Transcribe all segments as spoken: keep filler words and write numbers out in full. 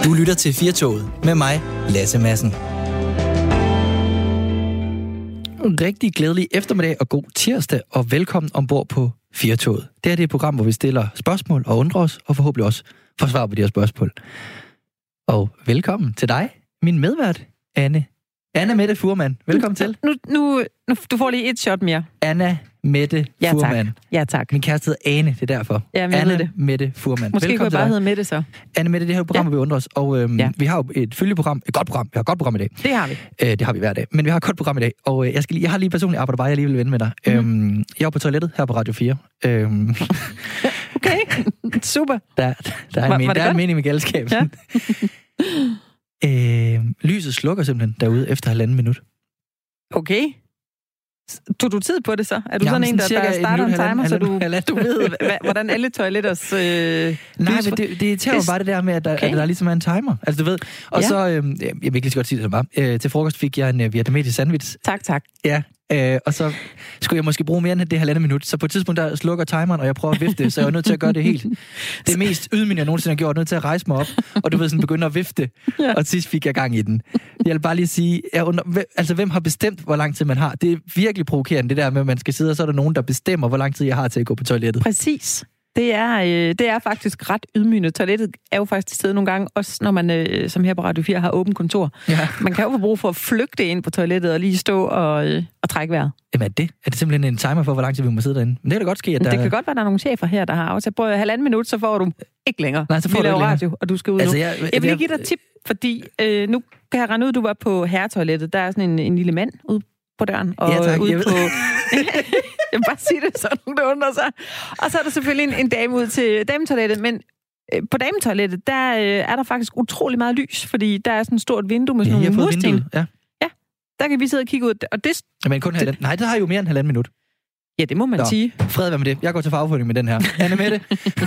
Du lytter til Firtoget med mig, Lasse Madsen. Rigtig glædelig eftermiddag og god tirsdag, og velkommen ombord på Firtoget. Det er det program, hvor vi stiller spørgsmål og undrer os, og forhåbentlig også får svar på de her spørgsmål. Og velkommen til dig, min medvært, Anne. Anna Mette Fuhrmann. Velkommen til. Nu, nu, nu, du får lige et shot mere. Anna Mette ja, Fuhrmann. Tak. Ja, tak. Min kæreste hedder Ane, det er derfor. Ja, Anna det. Mette Fuhrmann. Måske velkommen kunne jeg bare hedde Mette så. Anna Mette, det her er et program, ja. hvor vi undrer os, og øhm, ja. vi har jo et følgeprogram, et godt program. Vi har et godt program i dag. Det har vi. Øh, det har vi hver dag. Men vi har et godt program i dag, og øh, jeg, skal lige, jeg har lige personligt arbejdet bare, jeg lige vil vende med dig. Mm. Øhm, jeg er på toilettet her på Radio fire. Øhm, okay, super. Der, der er, var, en, var der er en mening med galskab. Ja. øh, lyset slukker simpelthen derude efter halvanden minut. Okay. Tog du tid på det så? Er du Jamen, sådan en, der, der starter en timer, halvanden, så du, halvanden. du ved, hvordan alle toiletters... Øh, Nej, men det, det irriterer jo bare det der med, at der, okay. at der ligesom er en timer. Altså, du ved. Og ja. så, øh, jeg vil ikke lige så godt sige det så bare. Øh, til frokost fik jeg en uh, vietnamesisk sandwich. Tak, tak. Ja, øh, og så skulle jeg måske bruge mere end det halvandet minut. Så på et tidspunkt, der slukker timeren, og jeg prøver at vifte, så jeg er nødt til at gøre det helt. Det mest ydmygende, jeg nogensinde har gjort, nødt til at rejse mig op, og du ved, sådan begynde at vifte. Ja. Og sidst fik jeg gang i den. Jeg vil bare lige sige, jeg under, altså hvem har bestemt, hvor lang tid man har? Det er virkelig provokerende, det der med, at man skal sidde, og så er der nogen, der bestemmer, hvor lang tid jeg har til at gå på toilettet. Præcis. Det er, øh, det er faktisk ret ydmygende. Toilettet er jo faktisk til stede nogle gange, også når man, øh, som her på Radio fire, har åbent kontor. Ja. Man kan jo få brug for at flygte ind på toilettet og lige stå og, øh, og trække vejret. Jamen er det? Er det simpelthen en timer for, hvor lang tid vi må sidde derinde? Men det kan da godt ske, at der... Det kan godt være, der er nogle chefer her, der har aftalt. Prøv halvanden minut, så får du ikke længere. Nej, så får vi du ikke radio, og du skal ud altså, nu. Jeg, jeg, jeg vil lige give dig et tip, fordi øh, nu kan jeg rende ud, du var på herretoilettet. Der er sådan en, en lille mand ude på døren. Og ja, tak. Ude på... Jeg vil bare sige det, så nogen der undrer sig. Og så er der selvfølgelig en, en dame ud til dametoilettet, men øh, på dametoilettet, der øh, er der faktisk utrolig meget lys, fordi der er sådan et stort vindue med sådan ja, nogle mursten. Ja. ja, der kan vi sidde og kigge ud. Og det, men kun halvanden. Nej, det har jo mere end halvanden minut. Ja, det må man Nå, sige. Fred være med det. Jeg går til fagforening med den her. Anne Mette,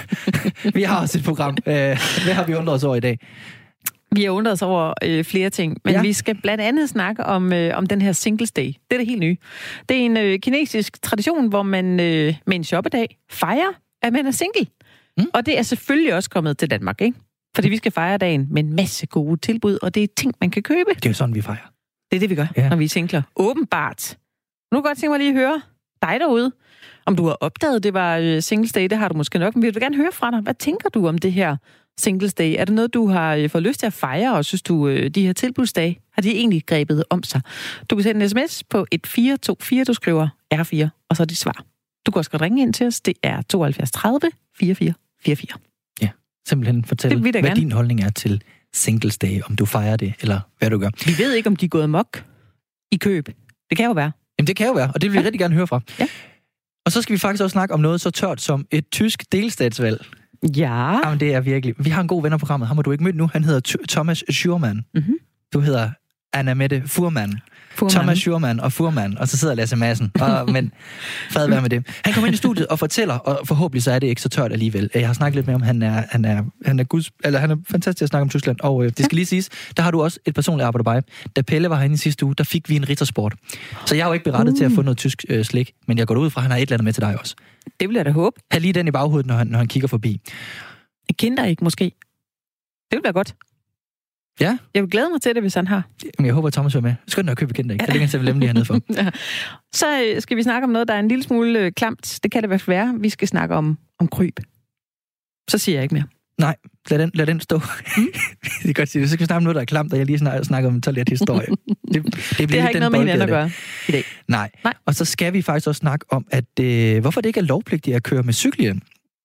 vi har også et program. Øh, hvad har vi undret os over i dag? Vi har undret os over øh, flere ting, men ja. vi skal blandt andet snakke om, øh, om den her Singles Day. Det er det helt nye. Det er en øh, kinesisk tradition, hvor man øh, med en shoppedag fejrer, at man er single. Mm. Og det er selvfølgelig også kommet til Danmark, ikke? Fordi vi skal fejre dagen med en masse gode tilbud, og det er ting, man kan købe. Det er jo sådan, vi fejrer. Det er det, vi gør, ja. når vi er singler. Åbenbart. Nu kan jeg godt tænke mig lige at høre dig derude, om du har opdaget, det var øh, Singles Day. Det har du måske nok, men vi vil gerne høre fra dig. Hvad tænker du om det her Singles Day? Er det noget, du har øh, fået lyst til at fejre, og synes du, øh, de her tilbudsdage, har de egentlig grebet om sig? Du kan sende en sms på et fire to fire, du skriver R fire, og så er dit svar. Du kan også godt ringe ind til os. Det er tooghalvfjerds tredive fireogfyrre fireogfyrre. Ja, simpelthen fortæl, hvad gerne. din holdning er til Singles Day, om du fejrer det, eller hvad du gør. Vi ved ikke, om de er gået amok i køb. Det kan jo være. Jamen, det kan jo være, og det vil vi ja. rigtig gerne høre fra. Ja. Og så skal vi faktisk også snakke om noget så tørt som et tysk delstatsvalg. Ja. Jamen, det er virkelig. Vi har en god ven af programmet. Ham har du ikke mødt nu. Han hedder T- Thomas Schurman. Mm-hmm. Du hedder Anna Mette Fuhrmann. Fuhrmann. Thomas Schurman og Fuhrmann. Og så sidder Lasse Madsen. Og, men fred være med det. Han kommer ind i studiet og fortæller, og forhåbentlig så er det ikke så tørt alligevel. Jeg har snakket lidt med ham. Han er, han er, han er, guds, eller han er fantastisk at snakke om Tyskland. Og øh, det skal lige siges, der har du også et personligt arbejde by. Da Pelle var herinde i sidste uge, der fik vi en Rittersport. Så jeg er jo ikke berettet uh. til at få noget tysk øh, slik. Men jeg går ud fra, at han har et eller andet med til dig også. Det vil jeg da håbe. Ha' lige den i baghovedet, når han, når han kigger forbi. Jeg kender ikke, måske. Det vil være godt. Ja? Jeg vil glæde mig til det, hvis han har. Jamen, jeg håber, at Thomas er med. Skynd dig at købe kendt, ikke? Der ligger en selv lige hernede for. Ja. Så skal vi snakke om noget, der er en lille smule øh, klamt. Det kan det være. Vi skal snakke om, om kryb. Så siger jeg ikke mere. Nej, lad den, lad den stå. Mm? det kan godt sige. Så skal vi snakke om noget, der er klamt, og jeg lige snakker, snakker om en toilethistorie. Det, det, bliver det har ikke noget med hinanden at gøre i dag. Nej. Nej. Og så skal vi faktisk også snakke om, at øh, hvorfor det ikke er lovpligtigt at køre med cykelhjelm.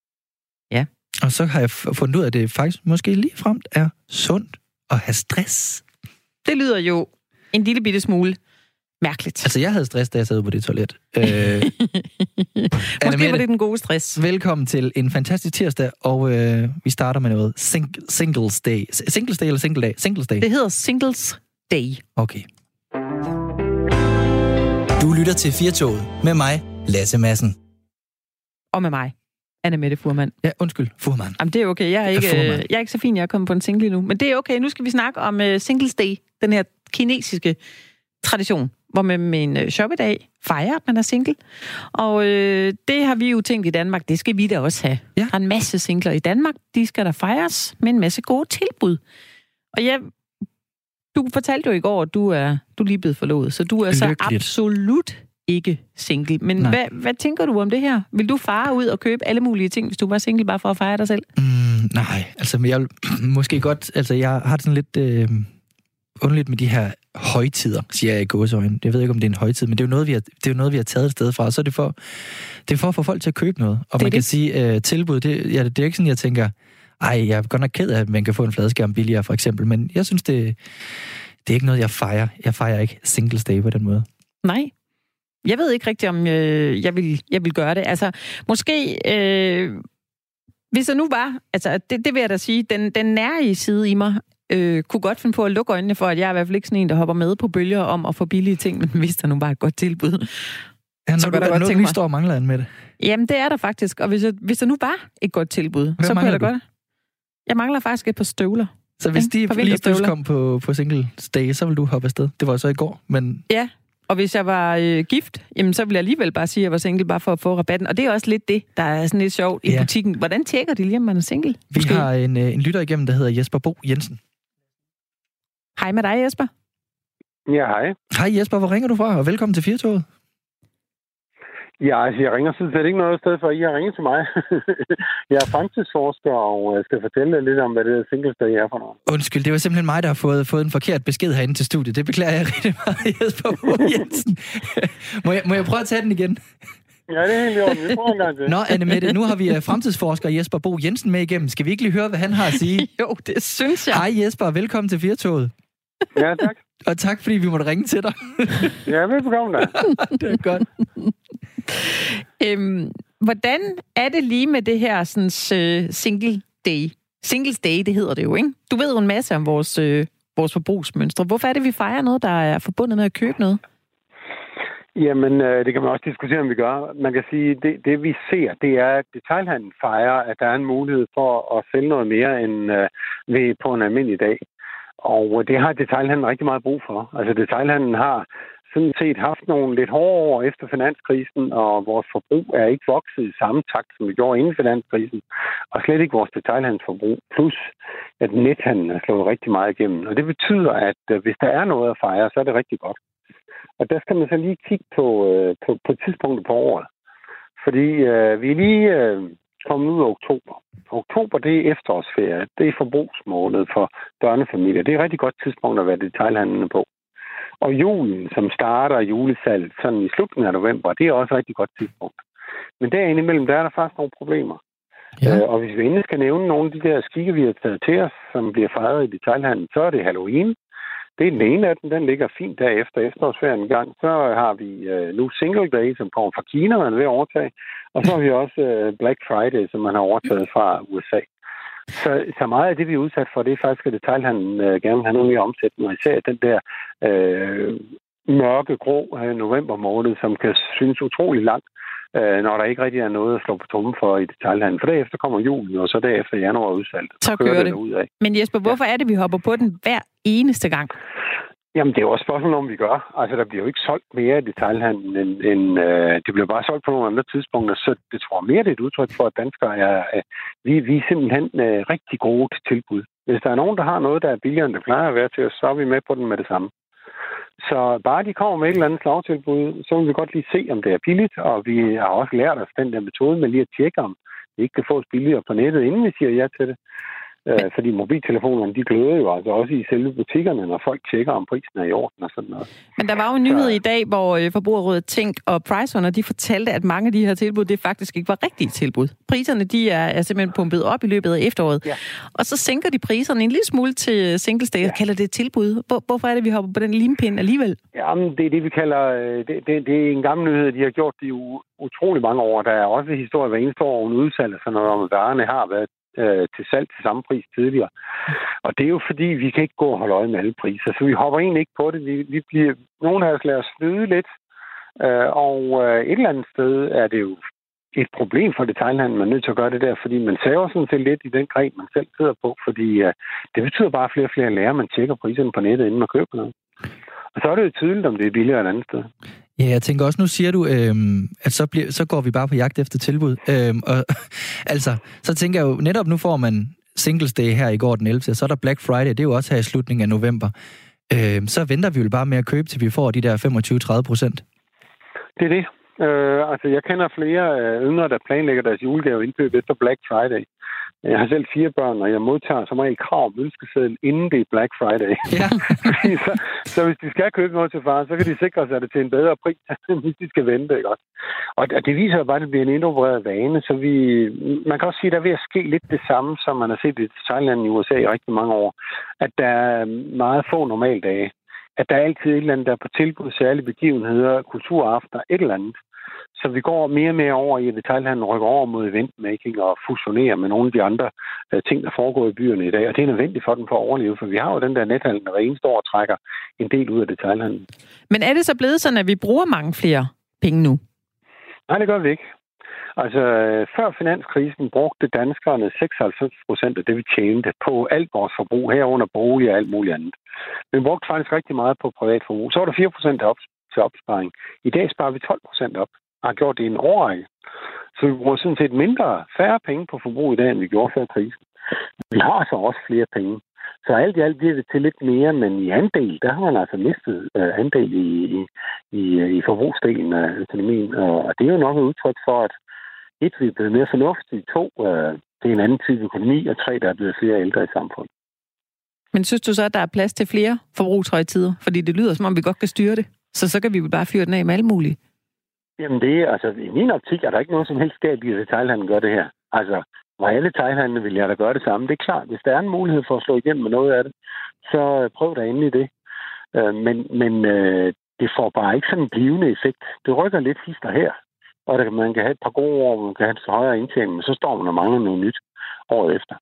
Ja. Og så har jeg fundet ud af, at det faktisk måske lige fremt er sundt at have stress. Det lyder jo en lille bitte smule mærkeligt. Altså, jeg havde stress, da jeg sad på det toilet. Øh, Måske var det den gode stress. Velkommen til en fantastisk tirsdag, og øh, vi starter med noget sing- Singles Day. Singles Day eller Single Day? Singles Day. Det hedder Singles Day. Okay. Du lytter til Firtoget med mig, Lasse Madsen. Og med mig, Anna Mette Fuhrmann. Ja, undskyld, Fuhrmann. Jamen, det er okay. Jeg er ikke, jeg er ikke så fin, jeg er kommet på en single nu. Men det er okay. Nu skal vi snakke om uh, Singles Day. Den her kinesiske tradition, hvor man med en shoppedag fejrer, at man er single. Og øh, det har vi jo tænkt i Danmark, det skal vi da også have. Ja. Der er en masse singler i Danmark. De skal der fejres med en masse gode tilbud. Og jeg, du fortalte jo i går, at du er, du er lige blevet forlovet, så du er så Lykkeligt. absolut ikke single. Men hvad, hvad tænker du om det her? Vil du fare ud og købe alle mulige ting, hvis du var single, bare for at fejre dig selv? Mm, nej, altså jeg vil måske godt, altså jeg har sådan lidt øh, underligt med de her højtider, siger jeg i gåseøjne. Jeg ved ikke, om det er en højtid, men det er jo noget, vi har, det er jo noget, vi har taget et sted fra, og så er det for, det er for at få folk til at købe noget. Og man det. kan sige, øh, tilbud, det, ja, det er ikke sådan, jeg tænker, ej, jeg er godt nok ked af, at man kan få en fladskærm billigere, for eksempel, men jeg synes, det, det er ikke noget, jeg fejrer. Jeg fejrer ikke Singles Day på den måde. Nej. Jeg ved ikke rigtigt, om øh, jeg, vil, jeg vil gøre det. Altså, måske, øh, hvis der nu var, altså, det, det vil jeg da sige, den, den nærige side i mig, øh, kunne godt finde på at lukke øjnene for, at jeg er i hvert fald ikke sådan en, der hopper med på bølger om at få billige ting, men hvis der nu var et godt tilbud. Ja, så er noget, vi står og mangler med det. Jamen, det er der faktisk. Og hvis, jeg, hvis der nu var et godt tilbud, Hvad så kunne jeg da godt. Jeg mangler faktisk et par støvler. Så hvis de lige pludselig kom på, på Singles Day, så vil du hoppe afsted? Det var så i går, men... Ja, og hvis jeg var øh, gift, jamen, så ville jeg alligevel bare sige, at jeg var single, bare for at få rabatten. Og det er også lidt det, der er sådan lidt sjovt i ja. butikken. Hvordan tjekker de lige, om man er single? Vi Måske? har en, en lytter igennem, der hedder Jesper Bo Jensen. Hej med dig, Jesper. Ja, hej. Hej Jesper, hvor ringer du fra? Og velkommen til Firtoget. Ja, altså, jeg ringer sådan set ikke noget sted for, I har ringet til mig. Jeg er fremtidsforsker, og skal fortælle lidt om, hvad det er Singles Day er for noget. Undskyld, det var simpelthen mig, der har fået, fået en forkert besked herinde til studiet. Det beklager jeg rigtig meget, Jesper Bo Jensen. må, jeg, må jeg prøve at tage den igen? Ja, det er helt i orden. Vi prøver en gang til. Nå, Annemette, nu har vi fremtidsforsker Jesper Bo Jensen med igennem. Skal vi ikke lige høre, hvad han har at sige? Jo, det synes jeg. Hej Jesper, velkommen til Firtoget. Ja, tak. Og tak, fordi vi måtte ringe til dig. Ja, velkommen da. Det er godt. Øhm, hvordan er det lige med det her sådan, uh, single day? Singles Day, det hedder det jo, ikke? Du ved jo en masse om vores, uh, vores forbrugsmønstre. Hvorfor er det, vi fejrer noget, der er forbundet med at købe noget? Jamen, øh, det kan man også diskutere, om vi gør. Man kan sige, det, det vi ser, det er, at detailhandlen fejrer, at der er en mulighed for at sælge noget mere end øh, ved på en almindelig dag. Og det har detailhandlen rigtig meget brug for. Altså detailhandlen har sådan set haft nogle lidt hårde år efter finanskrisen, og vores forbrug er ikke vokset i samme takt, som vi gjorde inden finanskrisen, og slet ikke vores detailhandelsforbrug. Plus, at nethandlen er slået rigtig meget igennem. Og det betyder, at hvis der er noget at fejre, så er det rigtig godt. Og der skal man så lige kigge på, på, på tidspunktet på året. Fordi øh, vi er lige øh, kommet ud af oktober. Oktober, det er efterårsferie. Det er forbrugsmåned for børnefamilier. Det er et rigtig godt tidspunkt at være detailhandlende på. Og julen, som starter julesalget sådan i slutningen af november, det er også et rigtig godt tidspunkt. Men derinde imellem, der er der faktisk nogle problemer. Ja. Øh, og hvis vi endelig skal nævne nogle af de der skikke, vi har taget til os, som bliver fejret i detailhandlen, så er det Halloween. Det er den ene af dem. Den ligger fint der efter efterårsferien en gang. Så har vi øh, nu Single Day, som kommer fra Kina, man er ved at overtage. Og så har vi også øh, Black Friday, som man har overtaget fra U S A. Så, så meget af det, vi er udsat for, det er faktisk, at detailhandlen øh, gerne vil have noget mere omsætning. Og især den der øh, mørke, grå øh, november måned, som kan synes utrolig langt, øh, når der ikke rigtig er noget at slå på trommen for i detailhandlen. For derefter kommer julen, og så derefter januar udsalg. Så, så kører det. det ud af. Men Jesper, hvorfor ja. er det, vi hopper på den hver eneste gang? Jamen, det er jo også spørgsmål om, vi gør. Altså, der bliver jo ikke solgt mere i detailhandlen, end, end øh, det bliver bare solgt på nogle andre tidspunkter. Så det tror jeg mere, det er et udtryk for, at danskere er, øh, vi, vi er simpelthen øh, rigtig gode til tilbud. Hvis der er nogen, der har noget, der er billigere, end det plejer at være til os, så er vi med på den med det samme. Så bare de kommer med et eller andet slagtilbud, så vil vi godt lige se, om det er billigt. Og vi har også lært os den der metode med lige at tjekke, om det ikke kan fås billigere på nettet, inden vi siger ja til det. Øh, fordi mobiltelefonerne, de gløder jo altså også i selve butikkerne, når folk tjekker, om prisen er i orden og sådan noget. Men der var jo en nyhed i dag, hvor Forbrugerrådet Tænk og Priceowner, de fortalte, at mange af de her tilbud, det faktisk ikke var rigtige tilbud. Priserne, de er, er simpelthen pumpet op i løbet af efteråret. Ja. Og så sænker de priserne en lille smule til Singles Day, ja. og kalder det tilbud. Hvor, hvorfor er det, vi hopper på den limpind alligevel? Jamen, det er det, vi kalder, det, det, det er en gammel nyhed, de har gjort det jo utrolig mange år. Der er også en historie hver eneste år, en udsalg og sådan noget, om varerne har været til salg til samme pris tidligere. Og det er jo fordi, vi kan ikke gå og holde øje med alle priser, så vi hopper egentlig ikke på det. Vi, vi bliver, nogle af os lader os snyde lidt, øh, og øh, et eller andet sted er det jo et problem for detailhandlen, man er nødt til at gøre det der, fordi man saver sådan set lidt i den gren, man selv sidder på, fordi øh, det betyder bare, at flere og flere lærer, man tjekker priserne på nettet, inden man køber noget. Og så er det jo tydeligt, om det er billigere et andet sted. Ja, jeg tænker også, nu siger du, øhm, at så, bliver, så går vi bare på jagt efter tilbud. Øhm, og, altså, så tænker jeg jo, netop nu får man Singles Day her i går den ellevte Så er der Black Friday, det er jo også her i slutningen af november. Øh, så venter vi jo bare med at købe, til vi får de der femogtyve til tredive procent. Det er det. Øh, altså, jeg kender flere øh, yngre, der planlægger deres julegaveindkøb efter Black Friday. Jeg har selv fire børn, og jeg modtager som regel krav om ønskeseddel, inden det er Black Friday. Ja. så, så hvis de skal købe noget til far, så kan de sikre sig det til en bedre pris, hvis de skal vente. Ikke? Og det viser jo bare, at det bliver en indopereret vane. Så vi, man kan også sige, at der er ved at ske lidt det samme, som man har set i Thailand i U S A i rigtig mange år. At der er meget få normaldage. At der er altid et eller andet, der er på tilbud, særlige begivenheder, kulturaftener, et eller andet. Så vi går mere og mere over i, at detailhandlen rykker over mod eventmaking og fusionerer med nogle af de andre uh, ting, der foregår i byerne i dag. Og det er nødvendigt for den for at overleve, for vi har jo den der nethandel, der hver eneste år trækker en del ud af detailhandlen. Men er det så blevet sådan, at vi bruger mange flere penge nu? Nej, det gør vi ikke. Altså, før finanskrisen brugte danskerne seksoghalvfems procent af det, vi tjente på alt vores forbrug, herunder bolig og alt muligt andet. Vi brugte faktisk rigtig meget på privat forbrug. Så var der fire procent til opsparing. I dag sparer vi tolv procent op og har gjort det i en årrække. Så vi bruger sådan set mindre, færre penge på forbrug i dag, end vi gjorde før krisen. Vi har så også flere penge. Så alt i alt bliver det til lidt mere, men i andel, der har man altså mistet uh, andel i, i, i, i forbrugsdelen af økonomien. Og det er jo nok et udtryk for, at et, vi er blevet mere fornuftige, to, uh, det er en anden type økonomi, og tre, der er blevet flere ældre i samfundet. Men synes du så, at der er plads til flere forbrugshøjtider? Fordi det lyder, som om vi godt kan styre det. Så så kan vi bare fyre den af med alt muligt. Jamen det er, altså i min optik er der ikke noget som helst skab i, at detailhandlen gør det her. Altså, hvor alle detailhandlene vil jeg da gøre det samme. Det er klart, hvis der er en mulighed for at slå igennem med noget af det, så prøv da endelig det. Men, men det får bare ikke sådan en blivende effekt. Det rykker lidt hister her, og der, man kan have et par gode år, man kan have et højere indtjening, men så står man og mangler noget nyt året efter.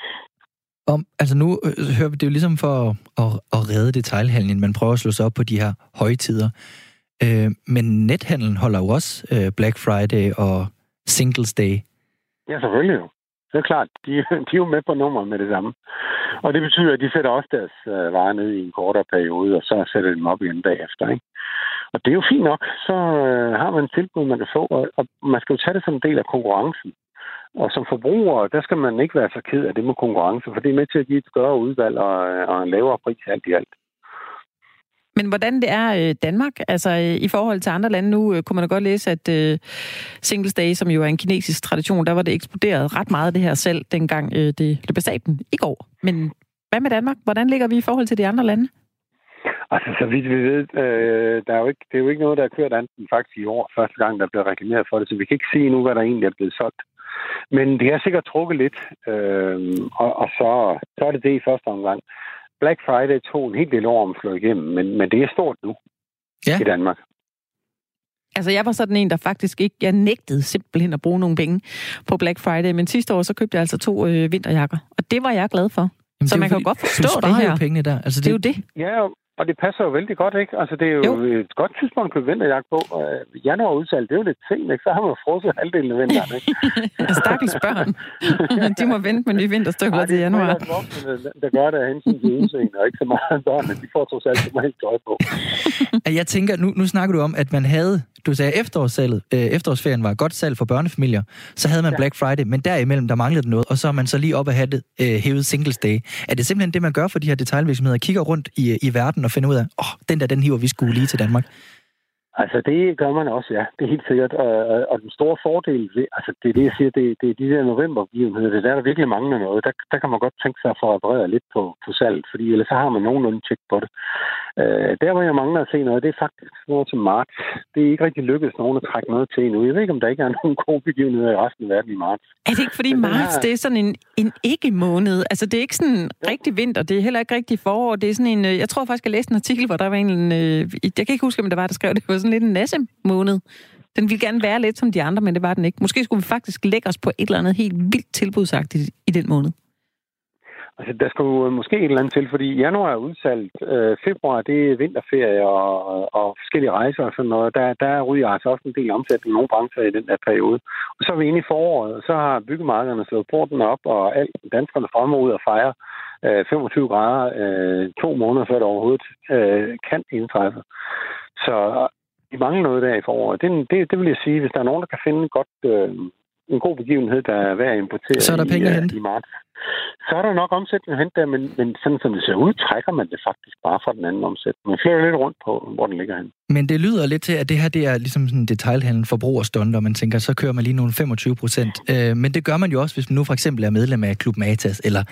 Om, altså nu øh, hører vi det jo ligesom for at, at, at redde detailhandlen. Man prøver at slå sig op på de her højtider. Øh, men nethandlen holder jo også øh, Black Friday og Singles Day. Ja, selvfølgelig jo. Det er klart, de, de er jo med på nummer med det samme. Og det betyder, at de sætter også deres øh, varer ned i en kortere periode, og så sætter dem op igen bagefter. Ikke? Og det er jo fint nok. Så øh, har man et tilbud, man kan få, og, og man skal jo tage det som en del af konkurrencen. Og som forbruger, der skal man ikke være så ked af det med konkurrence, for det er med til at give et større udvalg og, og en lavere pris alt i alt. Men hvordan det er Danmark, altså i forhold til andre lande nu, kunne man da godt læse, at uh, Singles Day, som jo er en kinesisk tradition, der var det eksploderet ret meget det her selv, dengang uh, det løb af staten i går. Men hvad med Danmark? Hvordan ligger vi i forhold til de andre lande? Altså, så vidt vi ved, øh, der er jo ikke, det er jo ikke noget, der er kørt andet end faktisk i år, første gang, der er blevet reklameret for det, så vi kan ikke sige nu, hvad der egentlig er blevet solgt. Men det har sikkert trukket lidt, øh, og, og så, så er det det i første omgang. Black Friday tog en helt del år om at slå igennem, men, men det er stort nu ja. I Danmark. Altså, jeg var sådan en, der faktisk ikke... Jeg nægtede simpelthen at bruge nogle penge på Black Friday, men sidste år, så købte jeg altså to øh, vinterjakker, og det var jeg glad for. Jamen, så man kan jo godt forstå det her. Jo pengene der. Altså, det... det er jo det. Ja, og det passer jo vældig godt, ikke? Altså, det er jo, jo. et godt tidspunkt at købe vinterjakke på. Uh, januar udsalg, det er jo lidt sent, ikke? Så har man jo frosset halvdelen af vinteren, ikke? Stakkels børn. De må vente med nye vinterstøvler til januar. Det er voksne, der gør det af hensyn til udseende, og ikke så meget børnene. De får trods alt så meget tøj på. Jeg tænker, nu, nu snakker du om, at man havde, du sagde efterårssalget, øh, efterårsferien var godt salg for børnefamilier, så havde man ja. Black Friday, men derimellem, der manglede noget, og så er man så lige op at have det øh, hævet Singles Day. Er det simpelthen det, man gør for de her detailvirksomheder? Kigger rundt i, i verden og finder ud af, åh, oh, den der, den hiver vi skulle lige til Danmark? Altså, det gør man også, ja. Det er helt sikkert. Og, og den store fordel, altså det er det, jeg siger, det, det er de der novemberbegivenheder, det er der, der virkelig mangler noget. Der, der kan man godt tænke sig at få repareret lidt på, på salget, fordi ellers så har man nogenlunde tjek på det. Uh, der, hvor jeg mangler at se noget, det er faktisk noget til marts. Det er ikke rigtig lykkedes nogen at trække noget til endnu. Jeg ved ikke, om der ikke er nogen gode begivenheder i resten af verden i marts. Er det ikke, fordi Men marts, her... det er sådan en, en ikke-måned? Altså, det er ikke sådan ja. rigtig vinter, det er heller ikke rigtig forår. Det er sådan en, jeg tror faktisk, jeg læste en artikel, hvor der var en, jeg kan ikke huske, om det var, der skrev, det var sådan lidt en nasse-måned. Den ville gerne være lidt som de andre, men det var den ikke. Måske skulle vi faktisk lægge os på et eller andet helt vildt tilbudsagtigt i den måned. Altså, der skulle måske et eller andet til, fordi januar er udsalgt. Øh, februar, det er vinterferie og, og forskellige rejser og sådan noget. Der, der ryger altså også en del omsætning i nogle brancher i den der periode. Og så er vi inde i foråret, og så har byggemarkederne slået porten op, og alt danskerne strømmer ud og fejrer øh, femogtyve grader øh, to måneder før det overhovedet øh, kan indtræffe. Så vi mangler noget der i foråret. Det, det, det vil jeg sige, hvis der er nogen, der kan finde godt, øh, en god begivenhed, der er værd at importere så er der penge i, at hente. i marts, så er der nok omsætning at hente der, men, men sådan som det ser ud, trækker man det faktisk bare fra den anden omsætning. Man flytter lidt rundt på, hvor den ligger hen. Men det lyder lidt til, at det her det er ligesom sådan en detailhandel forbrugerstund, og man tænker, så kører man lige nogle femogtyve procent. Øh, men det gør man jo også, hvis man nu for eksempel er medlem af Klub Matas, eller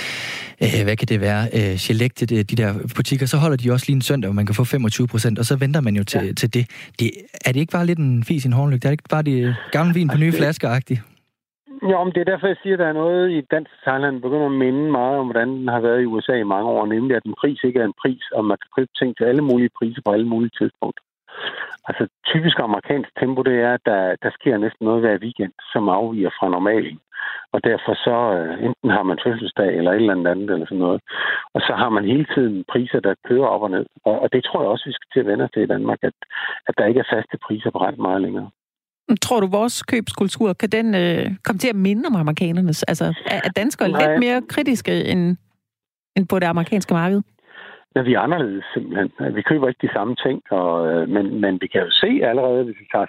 øh, hvad kan det være, øh, Select, de, de der butikker, så holder de også lige en søndag, hvor man kan få femogtyve procent, og så venter man jo til, ja. til det. det. Er det ikke bare lidt en fis i en hornlygte? Er det ikke bare de gamle vin på nye flasker-agtigt? Jo, men det er derfor, jeg siger, at der er noget i dansk detailhandel, begynder at minde meget om, hvordan den har været i U S A i mange år, nemlig at en pris ikke er en pris, og man kan købe ting til alle mulige priser på alle mulige tidspunkter. Altså, typisk amerikansk tempo, det er, at der, der sker næsten noget hver weekend, som afviger fra normalen. Og derfor så, enten har man fødselsdag eller et eller andet eller sådan noget. Og så har man hele tiden priser, der kører op og ned. Og, og det tror jeg også, vi skal til at vende os til i Danmark, at, at der ikke er faste priser på ret meget længere. Tror du, vores købskultur, kan den øh, komme til at minde om amerikanernes? Altså, er, er danskere Nej. lidt mere kritiske end, end på det amerikanske marked? Ja, vi er anderledes simpelthen. Vi køber ikke de samme ting, og, men, men vi kan jo se allerede, hvis vi tager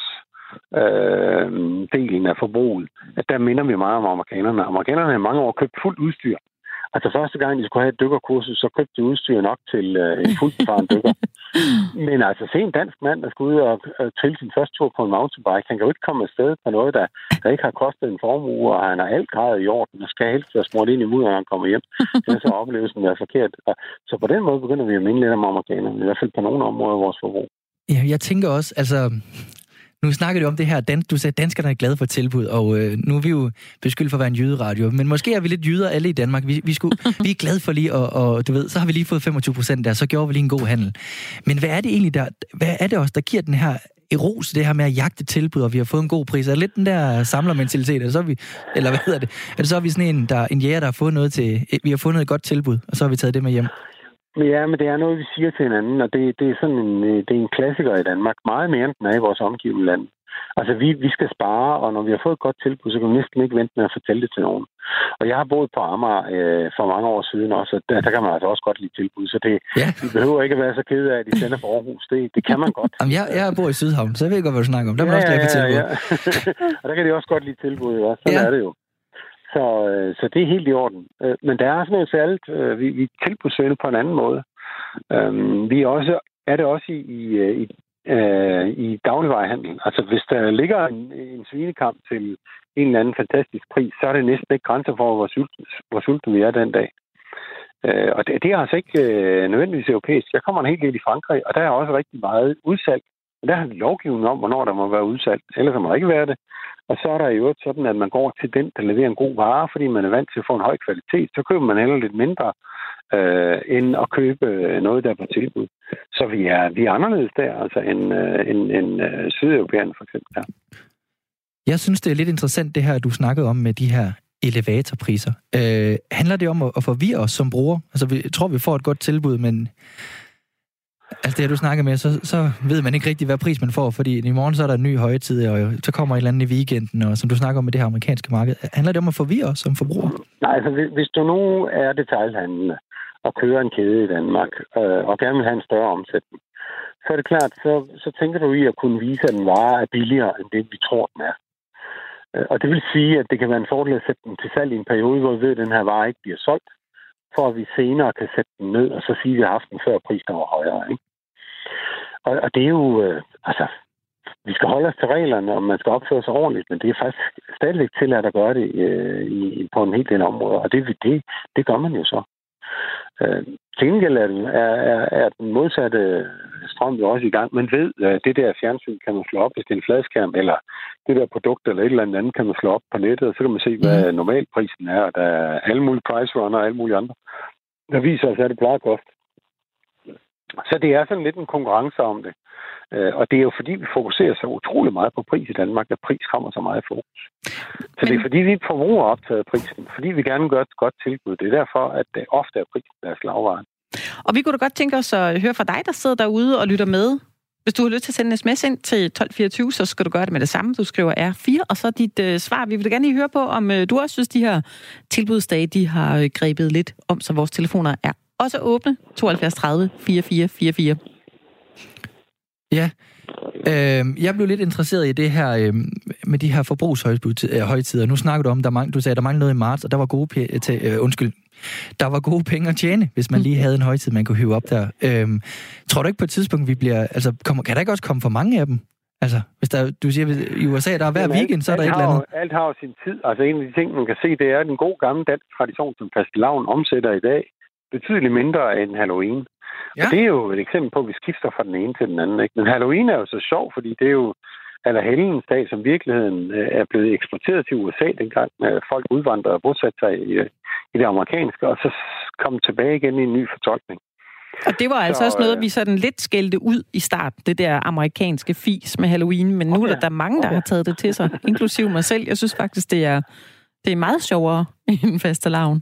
sportsdelen øh, af forbruget, at der minder vi meget om amerikanerne. Amerikanerne har mange år købt fuldt udstyr. Altså første gang, de skulle have et dykkerkursus, så købte de udstyr nok til øh, en fuldfaren dykker. Men altså, se en dansk mand, der skal ud og øh, trille sin første tur på en mountainbike, han kan jo ikke komme afsted på noget, der, der ikke har kostet en formue, og han har alt grad i orden, og skal helst være smurt ind i mudder, når han kommer hjem. Det er så oplevelsen, der er forkert. Og, så på den måde begynder vi at minde lidt om amerikanerne, i hvert fald på nogle områder af vores forbrug. Ja, jeg tænker også, altså... Nu snakker du om det her, du sagde, at danskerne er glade for tilbud, og øh, nu er vi jo beskyldt for at være en jyderadio, men måske er vi lidt jyder alle i Danmark. Vi, vi, skulle, vi er glade for lige, og, og du ved, så har vi lige fået femogtyve procent der, så gjorde vi lige en god handel. Men hvad er det egentlig der, hvad er det også, der giver den her eros, det her med at jagte tilbud, og vi har fået en god pris? Er det lidt den der samlermentalitet, eller så er vi, eller hvad hedder det? Er det så er vi sådan en, der, en jæger, der har fået noget til, vi har fundet et godt tilbud, og så har vi taget det med hjem? Ja, men det er noget, vi siger til hinanden, og det, det er sådan en, det er en klassiker i Danmark, meget mere end den er i vores omgivende land. Altså, vi, vi skal spare, og når vi har fået et godt tilbud, så kan vi næsten ikke vente med at fortælle det til nogen. Og jeg har boet på Amager øh, for mange år siden også, og der, der kan man altså også godt lide tilbud, så det, ja. Vi behøver ikke at være så kede af, at de sender for Aarhus. Det, det kan man godt. Jamen, jeg, jeg bor i Sydhavn, så jeg ved godt, hvad du snakker om. Der er man ja, også glad for tilbud. Ja, ja. Og der kan de også godt lide tilbud, ja. Sådan ja. er det jo. Så, øh, så det er helt i orden. Øh, men der er sådan noget særligt. Øh, vi, vi tilbudssøger på en anden måde. Øh, vi er, også, er det også i, i, i Øh, i dagligvarehandel. Altså, hvis der ligger en, en svinekamp til en eller anden fantastisk pris, så er det næsten ikke grænser for, hvor sulten, hvor sulten vi er den dag. Øh, og det, det er altså ikke øh, nødvendigvis europæisk. Jeg kommer en helt del i Frankrig, og der er også rigtig meget udsalg. Og der har vi lovgivning om, hvornår der må være udsalg. Ellers må der ikke være det. Og så er der jo sådan, at man går til den, der leverer en god vare, fordi man er vant til at få en høj kvalitet. Så køber man heller lidt mindre, øh, end at købe noget, der er på tilbud. Så vi er, vi er anderledes der, altså end, øh, end, end øh, sydeuropæerne for eksempel. Ja. Jeg synes, det er lidt interessant, det her, du snakkede om med de her elevatorpriser. Øh, handler det om at, at forvirre os som brugere? Altså, vi tror, vi får et godt tilbud, men... Altså det, du snakker med, så, så ved man ikke rigtig, hvad pris man får, fordi i morgen så er der en ny højtid, og så kommer et eller andet i weekenden, og som du snakker om med det her amerikanske marked. Handler det om at forvirre os som forbrugere? Nej, altså hvis du nu er detailhandlende og kører en kæde i Danmark, øh, og gerne vil have en større omsætning, så er det klart, så, så tænker du i at kunne vise, at en vare er billigere, end det vi tror, den er. Og det vil sige, at det kan være en fordel at sætte den til salg i en periode, hvor vi ved, at den her vare ikke bliver solgt, for at vi senere kan sætte den ned, og så sige, at vi har haft den før prisen var højere. Ikke? Og, og det er jo, øh, altså, vi skal holde os til reglerne, og man skal opføre sig ordentligt, men det er faktisk stadigvæk tilladt at gøre det øh, i, på en helt del områder, og det, det, det gør man jo så. Øh, til gengæld er, er, er, er den modsatte strøm jo også i gang. Man ved, at det der fjernsyn kan man slå op, hvis det er en fladskærm, eller det der produkt eller et eller andet kan man slå op på nettet, og så kan man se, hvad mm. normalprisen er, og der er alle mulige price runner og alle mulige andre. Der viser os, at det plejer at koste. Så det er sådan lidt en konkurrence om det. Og det er jo fordi, vi fokuserer så utrolig meget på pris i Danmark, at pris kommer så meget i fokus. Så Men... det er fordi, vi forbruger optaget prisen. Fordi vi gerne gør et godt tilbud. Det er derfor, at det ofte er prisen, der er slagvaren. Og vi kunne da godt tænke os at høre fra dig, der sidder derude og lytter med. Hvis du har lyst til at sende en sms ind til tolv fireogtyve, så skal du gøre det med det samme. Du skriver R fire, og så dit øh, svar. Vi vil gerne lige høre på, om øh, du også synes, de her tilbudsdage, de har øh, grebet lidt om, så vores telefoner er også åbne. tooghalvfjerds tredive fireogfirs fireogfirs. Ja, Øh, jeg blev lidt interesseret i det her øh, med de her forbrugshøjtider. Nu snakker du om, der mang- du sagde, at der manglede noget i marts, og der var gode p- til, øh, undskyld, der var gode penge at tjene, hvis man lige havde en højtid, man kunne hive op der. Øh, tror du ikke på et tidspunkt, vi bliver, altså, kommer, kan der ikke også komme for mange af dem? Altså, hvis der, du siger, i U S A, der er hver Jamen, weekend, så er der et eller andet. Alt har jo sin tid. Altså, en af de ting, man kan se, det er, at en god gammel dansk tradition, som fastelavn omsætter i dag, betydeligt mindre end Halloween. Ja. Og det er jo et eksempel på, at vi skifter fra den ene til den anden. Ikke? Men Halloween er jo så sjov, fordi det er jo Allerhelgens dag, som virkeligheden er blevet eksporteret til U S A dengang, med folk udvandrede og bosatte sig i, i det amerikanske, og så kom tilbage igen i en ny fortolkning. Og det var altså så, også noget, vi sådan lidt skældte ud i starten, det der amerikanske fis med Halloween, men nu okay. er der mange, der okay. har taget det til sig, inklusive mig selv. Jeg synes faktisk, det er, det er meget sjovere end fastelavn.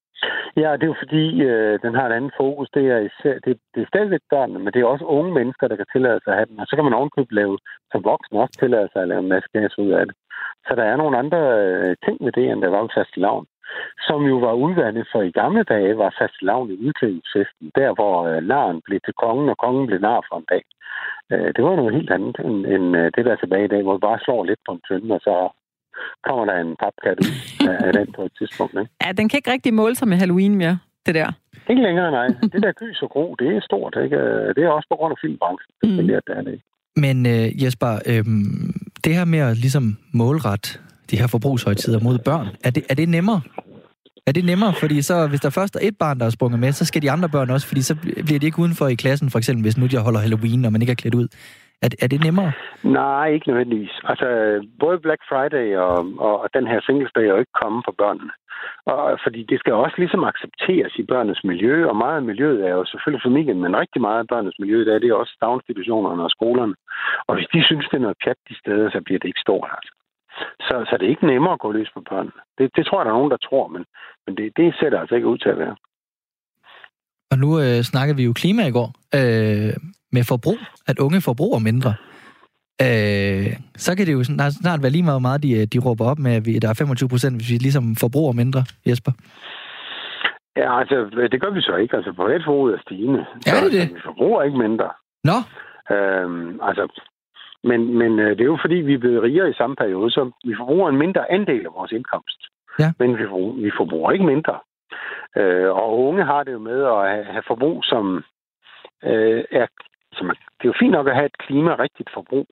Ja, det er jo fordi, øh, den har et andet fokus. Det er, især, det, det er stadigvæk børnene, men det er også unge mennesker, der kan tillade sig at have den. Og så kan man ovenkøbet lave, som voksne også tillade sig at lave en masse gas ud af det. Så der er nogle andre øh, ting ved det, end der var ved fastelavn. Som jo var udvandet, for i gamle dage var fastelavn i udklædningsfesten. Der, hvor øh, naren blev til kongen, og kongen blev nar for en dag. Øh, det var noget helt andet end, end øh, det, der er tilbage i dag, hvor vi bare slår lidt på en tønde, og så kommer der en papkat ud af den på et tidspunkt. Ikke? Ja, den kan ikke rigtig måle sig med Halloween mere, det der. Ikke længere, nej. Det der gys og gro, det er stort. Ikke? Det er også på grund af filmbranchen. Mm. Det er, det er det. Men uh, Jesper, øhm, det her med at ligesom målrette de her forbrugshøjtider mod børn, er det, er det nemmere? Er det nemmere? Fordi så, hvis der først er et barn, der er sprunget med, så skal de andre børn også, fordi så bliver de ikke udenfor i klassen, for eksempel, hvis nu de holder Halloween, og man ikke er klædt ud. Er det, er det nemmere? Nej, ikke nødvendigvis. Altså, både Black Friday og, og, og den her Singles Day er jo ikke kommet for børnene. Og, fordi det skal også ligesom accepteres i børnenes miljø, og meget af miljøet er jo selvfølgelig familien, men rigtig meget af børnenes miljø, der er det også daginstitutionerne og skolerne. Og hvis de synes, det er noget pjat de steder, så bliver det ikke stort, altså. Så, så det er ikke nemmere at gå løs på børnene. Det, det tror jeg, der er nogen, der tror, men, men det, det ser det altså ikke ud til at være. Og nu øh, snakkede vi jo klima i går. Øh, med forbrug, at unge forbruger mindre. Øh, så kan det jo snart være lige meget, meget de, de råber op med, at vi, der er femogtyve procent, hvis vi ligesom forbruger mindre, Jesper. Ja, altså, det gør vi så ikke. Altså, privatforbruget er stigende. Er det det? Altså, vi forbruger ikke mindre. Nå? Øhm, altså, men, men det er jo fordi, vi er blevet rigere i samme periode, så vi forbruger en mindre andel af vores indkomst. Ja. Men vi forbruger, vi forbruger ikke mindre. Øh, og unge har det jo med at have, have forbrug, som øh, er Så man, det er jo fint nok at have et klimarigtigt forbrug.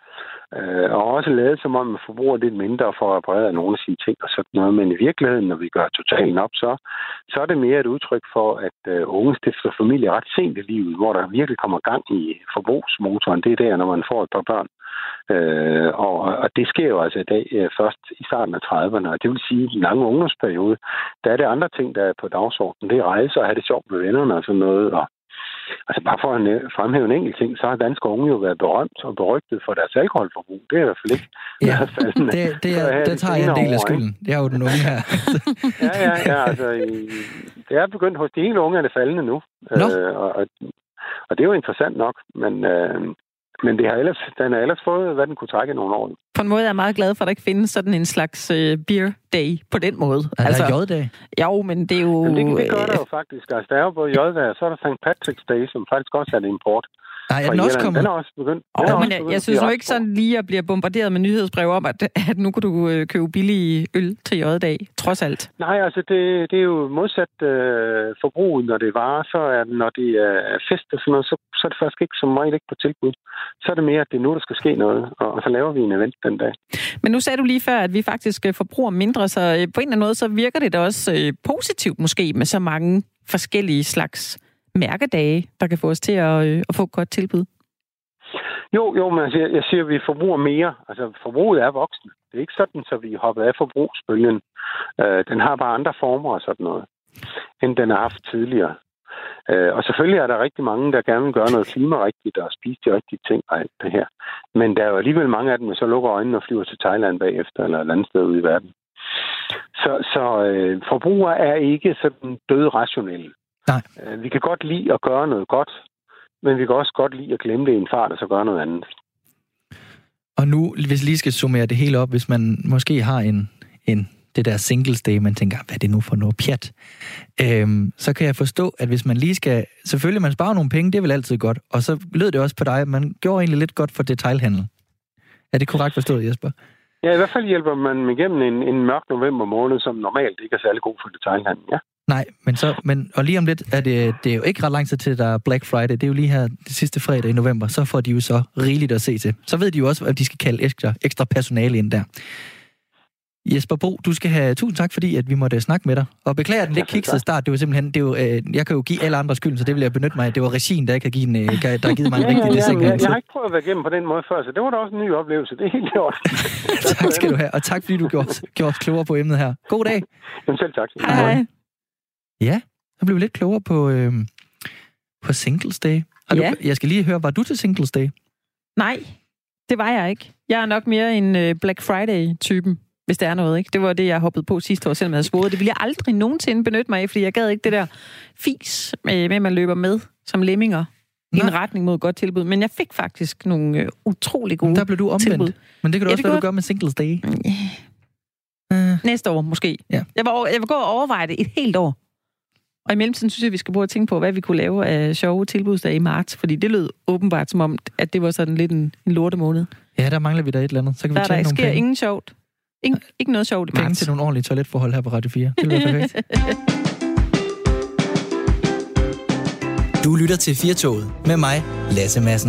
Øh, og også lavet som om, man forbruger lidt mindre for at reparere nogle af sine ting og sådan noget. Men i virkeligheden, når vi gør totalen op, så, så er det mere et udtryk for, at øh, unge stifter familie ret sent i livet, hvor der virkelig kommer gang i forbrugsmotoren. Det er der, når man får et par børn. Øh, og, og det sker jo altså i dag øh, først i starten af trediverne. Og det vil sige, at i den lange ungdomsperiode, der er det andre ting, der er på dagsordenen. Det er rejse og have det sjovt med vennerne og sådan noget. Og altså bare for at fremhæve en enkelt ting, så har danske unge jo været berømt og berygtet for deres alkoholforbrug. Det er i hvert fald ikke. Ja, det, det, er, det tager jeg en del af skylden. Det er jo den unge her. ja, ja, ja. Altså, det er begyndt hos de helt unge, er det faldende nu. No. Øh, og, og det er jo interessant nok, men... Øh, Men det har ellers, den har ellers fået, hvad den kunne trække i nogle år. På en måde er jeg meget glad for, at der ikke findes sådan en slags uh, beer day på den måde. Er der altså, J-dag? Jo, men det er jo... Jamen, det, det gør der jo faktisk. Altså, der er jo både J-dag, og så er der Sankt Patrick's Day, som faktisk også er en import. Nej, er den også kommet? Den er også begyndt. Oh, er men jeg, jeg synes jo ikke sådan lige at blive bombarderet med nyhedsbrev om, at, at nu kan du øh, købe billig øl til J-dag, trods alt. Nej, altså det, det er jo modsat øh, forbruget, når det varer, så er det, når det er fest og sådan noget, så, så er det faktisk ikke som regel ikke på tilbud. Så er det mere, at det er nu, der skal ske noget, og, og så laver vi en event den dag. Men nu sagde du lige før, at vi faktisk forbruger mindre, så øh, på en eller anden måde, så virker det da også øh, positivt måske med så mange forskellige slags mærkedage, der kan få os til at, øh, at få et godt tilbud. Jo, jo, men altså, jeg, jeg siger, at vi forbruger mere. Altså, forbruget er voksne. Det er ikke sådan, så vi hopper af forbrugsbølgen. Øh, den har bare andre former og sådan noget, end den har haft tidligere. Øh, og selvfølgelig er der rigtig mange, der gerne vil gøre noget klimarigtigt og spise de rigtige ting og alt det her. Men der er jo alligevel mange af dem, der så lukker øjnene og flyver til Thailand bagefter eller et andet sted ude i verden. Så, så øh, forbruger er ikke sådan død rationelle. Nej. Øh, vi kan godt lide at gøre noget godt, men vi kan også godt lide at glemme det i en fart, og så gøre noget andet. Og nu, hvis lige skal summere det hele op, hvis man måske har en, en det der Singles Day, man tænker, hvad er det nu for noget pjat? Øhm, så kan jeg forstå, at hvis man lige skal... Selvfølgelig, man sparer nogle penge, det er vel altid godt. Og så lød det også på dig, man gjorde egentlig lidt godt for detailhandel. Er det korrekt forstået, Jesper? Ja, i hvert fald hjælper man igennem en, en mørk november måned, som normalt ikke er særlig god for detailhandel, ja. Nej, men så, men, og lige om lidt er det, det er jo ikke ret lang tid til, der er Black Friday. Det er jo lige her det sidste fredag i november. Så får de jo så rigeligt at se til. Så ved de jo også, at de skal kalde ekstra, ekstra personale ind der. Jesper Bo, du skal have tusind tak, fordi at vi måtte snakke med dig. Og beklager den lidt kiksede start. Det var simpelthen, det var, øh, jeg kan jo give alle andre skylden, så det vil jeg benytte mig af. Det var regien, der ikke har givet, en, øh, der har givet mig en ja, rigtig ja, dissing. Ja, jeg har ikke prøvet at være igennem på den måde før, så det var da også en ny oplevelse. Det er helt godt. Tak skal du have, og tak fordi du gjorde, gjorde os klogere på emnet her. God dag. Jamen selv tak. Hej, hej. Ja, så blev vi lidt klogere på, øh, på Singles Day. Og Ja. du, jeg skal lige høre, var du til Singles Day? Nej, det var jeg ikke. Jeg er nok mere en øh, Black Friday-typen, hvis der er noget, ikke? Det var det, jeg hoppede på sidste år, selvom jeg havde svoret. Det ville jeg aldrig nogensinde benytte mig af, fordi jeg gad ikke det der fis med, at man løber med som lemminger i en retning mod et godt tilbud. Men jeg fik faktisk nogle øh, utrolig gode Der blev du omvendt. tilbud. Men det kan du Ja, også det være, du gør- gør med Singles Day. Yeah. Uh, Næste år måske. Ja. Jeg, var over, jeg vil gå og overveje det et helt år. Og i mellemtiden synes jeg, vi skal prøve at tænke på, hvad vi kunne lave af sjove tilbudsdage i marts. Fordi det lød åbenbart som om, at det var sådan lidt en, en lortemåned. ja, der mangler vi da et eller andet. Så kan vi Der, tjene der nogle sker penge. ingen sjovt. Ingen, ikke noget sjovt i Penge marts. til nogle ordentlige toiletforhold her på Radio fire. Det bliver perfekt. Du lytter til Firtoget med mig, Lasse Madsen.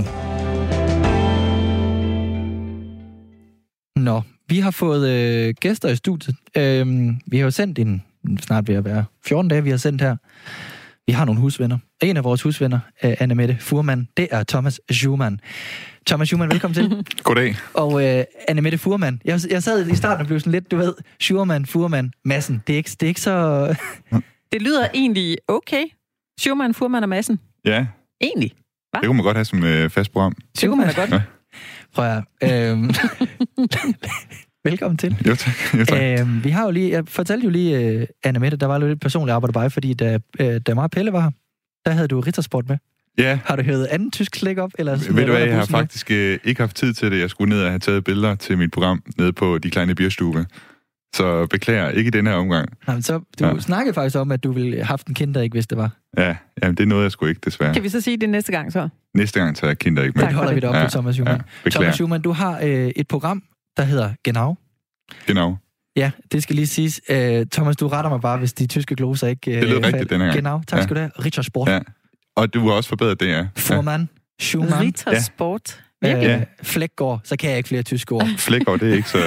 Nå, vi har fået øh, gæster i studiet. Øhm, vi har jo sendt en, snart ved at være fjorten dage, vi har sendt her. Vi har nogle husvenner. En af vores husvenner, øh, Anne-Mette Fuhrmann, det er Thomas Schumann. Thomas Schumann, velkommen til. Goddag. Og øh, Anne-Mette Fuhrmann. Jeg, jeg sad i starten og blev sådan lidt, du ved, Schumann, Fuhrmann, Madsen. Det er ikke, det er ikke så... Det lyder egentlig okay. Schumann, Fuhrmann og Madsen. Ja, Egentlig. det kunne man godt have som øh, fast program. Schumann er godt. Ja. Prøv at øhm, velkommen til. Jo tak. Jo, tak. Øhm, vi har jo lige, jeg fortalte jo lige, øh, Anne-Mette, der var lidt personligt arbejde bare, fordi da, øh, da mig og Pelle var her, der havde du Rittersport med. Ja, Har du hørt anden tysk slik op? Eller ved du hvad, jeg har faktisk øh, ikke haft tid til det. Jeg skulle ned og have taget billeder til mit program nede på De Kleine Bierstube. Så beklager, ikke i den her omgang. Jamen, så, du ja. snakkede faktisk om, at du ville have haft en kinder, ikke hvis det var. Ja, jamen, det er noget, jeg sgu ikke, desværre. Kan vi så sige det næste gang så? Næste gang tager jeg kinder ikke med. Tak, holder vi det op ja, på Thomas Schumann. Ja, Thomas Schumann, du har øh, et program, der hedder Genau. Genau. Ja, det skal lige siges. Øh, Thomas, du retter mig bare, hvis de tyske gloser ikke... Øh, Det lyder rigtigt den her gang. Genau, tak Ja. skal du have. Rittersport. Ja. Og du har også forbedret det, ja. Fuhrmann, Schumann, Rittersport. Ja. Virkelig? Ja. Flækgaard, så kan jeg ikke flere tyske ord. Flækgaard, det er ikke så...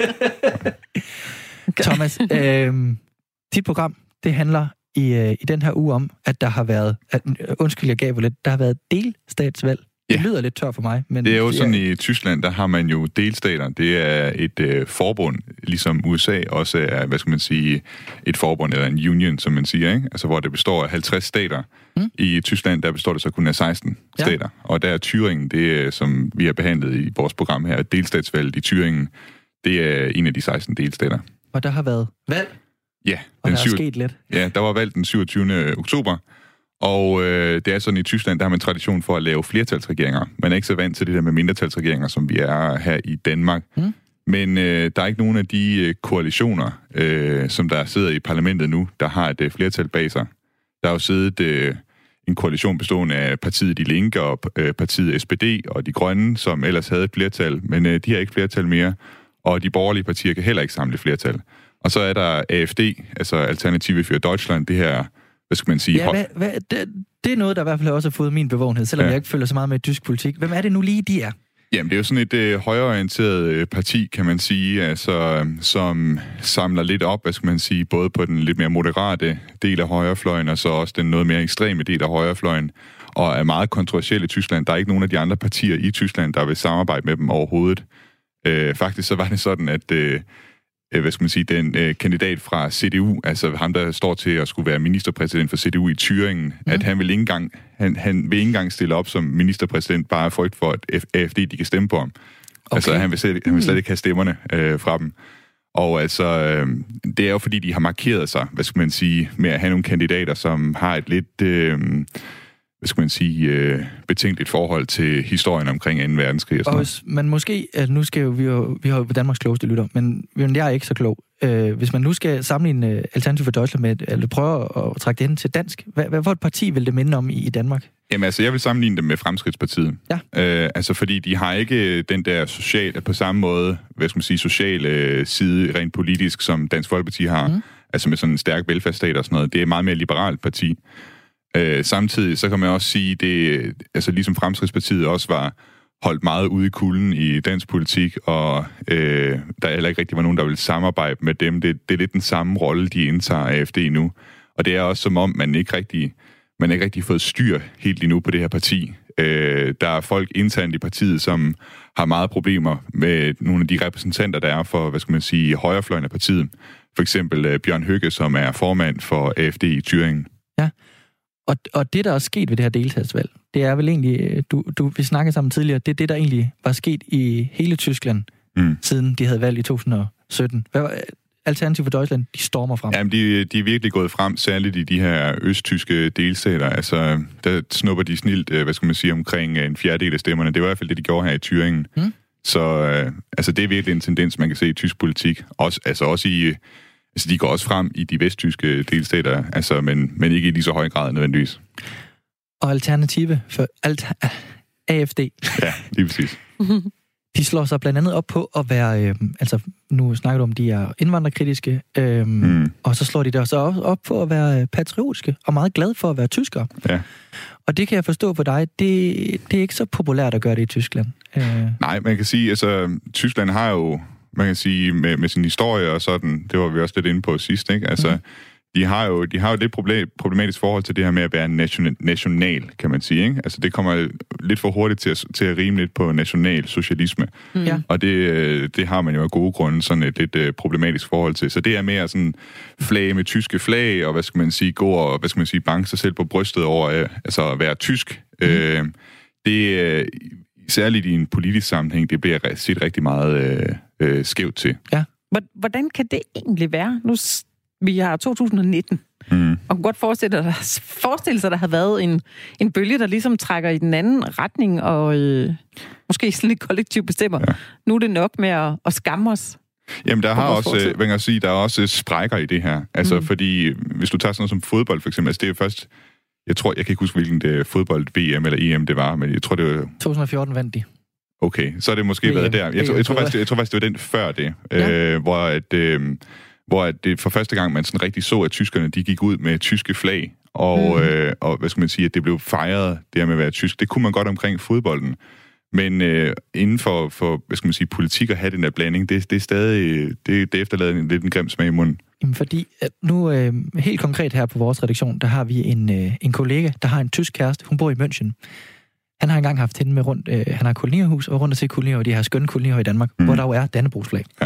Thomas, øh, dit program, det handler i, øh, i den her uge om, at der har været... At, undskyld, jeg gav lidt. Der har været delstatsvalg. Det Ja. lyder lidt tør for mig, men... Det er jo sådan, ja. i Tyskland, der har man jo delstater. Det er et øh, forbund, ligesom U S A også er, hvad skal man sige, et forbund, eller en union, som man siger, ikke? Altså, hvor det består af halvtreds stater. Mm. I Tyskland, der består det så kun af seksten ja. stater. Og der er Thüringen, det er, som vi har behandlet i vores program her, delstatsvalget i Thüringen, det er en af de seksten delstater. Og der har været valg, Ja, og den der er syv... sket lidt. ja, der var valgt den syvogtyvende oktober. Og øh, det er sådan, i Tyskland, der har man tradition for at lave flertalsregeringer. Man er ikke så vant til det der med mindretalsregeringer, som vi er her i Danmark. Mm. Men øh, der er ikke nogen af de øh, koalitioner, øh, som der sidder i parlamentet nu, der har et øh, flertal bag sig. Der er jo siddet øh, en koalition bestående af partiet De Linke og øh, partiet S P D og De Grønne, som ellers havde et flertal, men øh, de har ikke flertal mere. Og de borgerlige partier kan heller ikke samle flertal. Og så er der A F D, altså Alternative für Deutschland, det her... Hvad skal man sige? Ja, hvad, hvad, det, det er noget, der i hvert fald også har fået min bevågenhed, selvom ja. jeg ikke følger så meget med tysk politik. Hvem er det nu lige, de er? Jamen, det er jo sådan et øh, højreorienteret øh, parti, kan man sige, altså, som samler lidt op, hvad skal man sige, både på den lidt mere moderate del af højrefløjen, og så også den noget mere ekstreme del af højrefløjen, og er meget kontroversiel i Tyskland. Der er ikke nogen af de andre partier i Tyskland, der vil samarbejde med dem overhovedet. Øh, faktisk så var det sådan, at... Øh, hvad skal man sige, den øh, kandidat fra C D U, altså ham, der står til at skulle være ministerpræsident for C D U i Thüringen, mm. at han vil ikke engang, han, han vil ikke engang stille op som ministerpræsident, bare af frygt for, at A F D, de kan stemme på ham. Okay. Altså, han vil, slet, han vil slet ikke have stemmerne øh, fra dem. Og altså, øh, det er jo fordi, de har markeret sig, hvad skal man sige, med at have nogle kandidater, som har et lidt, øh, hvad skal man sige, øh, betænkeligt forhold til historien omkring anden verdenskrig og sådan noget. Men måske, at nu skal jo, vi jo, vi har jo Danmarks klogeste lytter, men jeg er ikke så klog. Øh, hvis man nu skal sammenligne Alternativ for Deutschland med, eller prøve at trække det hen til dansk, hvad, hvad for et parti vil det minde om i, i Danmark? Jamen altså, jeg vil sammenligne dem med Fremskridtspartiet. Ja. Øh, altså, fordi de har ikke den der social, på samme måde, hvad skal man sige, sociale side, rent politisk, som Dansk Folkeparti har. Mm. Altså med sådan en stærk velfærdsstat og sådan noget. Det er et meget mere liberalt parti. Øh, samtidig, så kan man også sige, det, altså ligesom Fremskridtspartiet også var holdt meget ude i kulden i dansk politik, og øh, der heller ikke rigtig var nogen, der ville samarbejde med dem. Det, det er lidt den samme rolle, de indtager A F D nu. Og det er også som om, man ikke rigtig, man ikke rigtig fået styr helt lige nu på det her parti. Øh, der er folk internt i partiet, som har meget problemer med nogle af de repræsentanter, der er for, hvad skal man sige, højrefløjen af partiet. For eksempel øh, Bjørn Høcke, som er formand for A F D i Thüringen. Ja, og, og det, der er sket ved det her delstatsvalg, det er vel egentlig, du, du, vi snakkede sammen tidligere, det er det, der egentlig var sket i hele Tyskland, mm. siden de havde valgt i to tusind og sytten. Hvad var Alternativ for Deutschland, de stormer frem? Jamen, de, de er virkelig gået frem, særligt i de her østtyske delstater. Altså, der snupper de snilt, hvad skal man sige, omkring en fjerdedel af stemmerne. Det var i hvert fald det, de gjorde her i Thüringen. Mm. Så øh, altså, det er virkelig en tendens, man kan se i tysk politik. Også, altså også i... Altså, de går også frem i de vesttyske delstater, altså, men, men ikke i lige så høj grad nødvendigvis. Og Alternative for alt, A F D. Ja, lige præcis. De slår sig blandt andet op på at være, øh, altså nu snakker du om, de er indvandrerkritiske, øh, mm. og så slår de der så også op på at være patriotiske, og meget glade for at være tyskere. Ja. Og det kan jeg forstå på dig, det, det er ikke så populært at gøre det i Tyskland. Øh. Nej, man kan sige, altså Tyskland har jo, man kan sige, med, med sin historie og sådan, det var vi også lidt inde på sidst, ikke? Altså, mm. de har jo, de har jo lidt problem, problematisk forhold til det her med at være national, national, kan man sige, ikke? Altså, det kommer lidt for hurtigt til at, til at rime lidt på national socialisme. Mm. Og det, det har man jo af gode grunde sådan et lidt uh, problematisk forhold til. Så det er mere sådan flag med tyske flag, og hvad skal man sige, gå og, hvad skal man sige, banke sig selv på brystet over uh, altså at være tysk. Mm. Uh, det uh, særligt i en politisk sammenhæng, det bliver set rigtig meget uh, uh, skævt til. Ja. Hvordan kan det egentlig være? Nu vi har to tusind og nitten, mm. og kunne godt forestille, forestille sig, at der har været en, en bølge, der ligesom trækker i den anden retning, og øh, måske sådan lidt kollektivt bestemmer. Ja. Nu er det nok med at, at skamme os. Jamen, der har også, hvad kan jeg sige, der er også sprækker i det her. Altså, mm. fordi hvis du tager sådan noget som fodbold, for eksempel, altså det er jo først, jeg tror, jeg kan ikke huske, hvilken det fodbold-V M eller E M det var, men jeg tror, det var... to tusind og fjorten vandt de. Okay, så har det måske V M. Været der. Jeg tror, jeg tror, faktisk, jeg tror faktisk, det var den før det, ja. øh, hvor at... Øh, hvor det for første gang, man sådan rigtig så, at tyskerne, de gik ud med tyske flag, og, mm. øh, og hvad skal man sige, at det blev fejret, det her med at være tysk. Det kunne man godt omkring fodbolden. Men øh, inden for, for, hvad skal man sige, politik at have den der blanding, det, det er stadig, det, det efterlader en lidt en grim smag i munden. Jamen fordi, nu øh, helt konkret her på vores redaktion, der har vi en, øh, en kollega, der har en tysk kæreste, hun bor i München. Han har engang haft hende med rundt, øh, han har kolonierhus, og rundt at se kolonier, og de har skønne kolonier i Danmark, mm. hvor der jo er dannebrogsflag. Ja.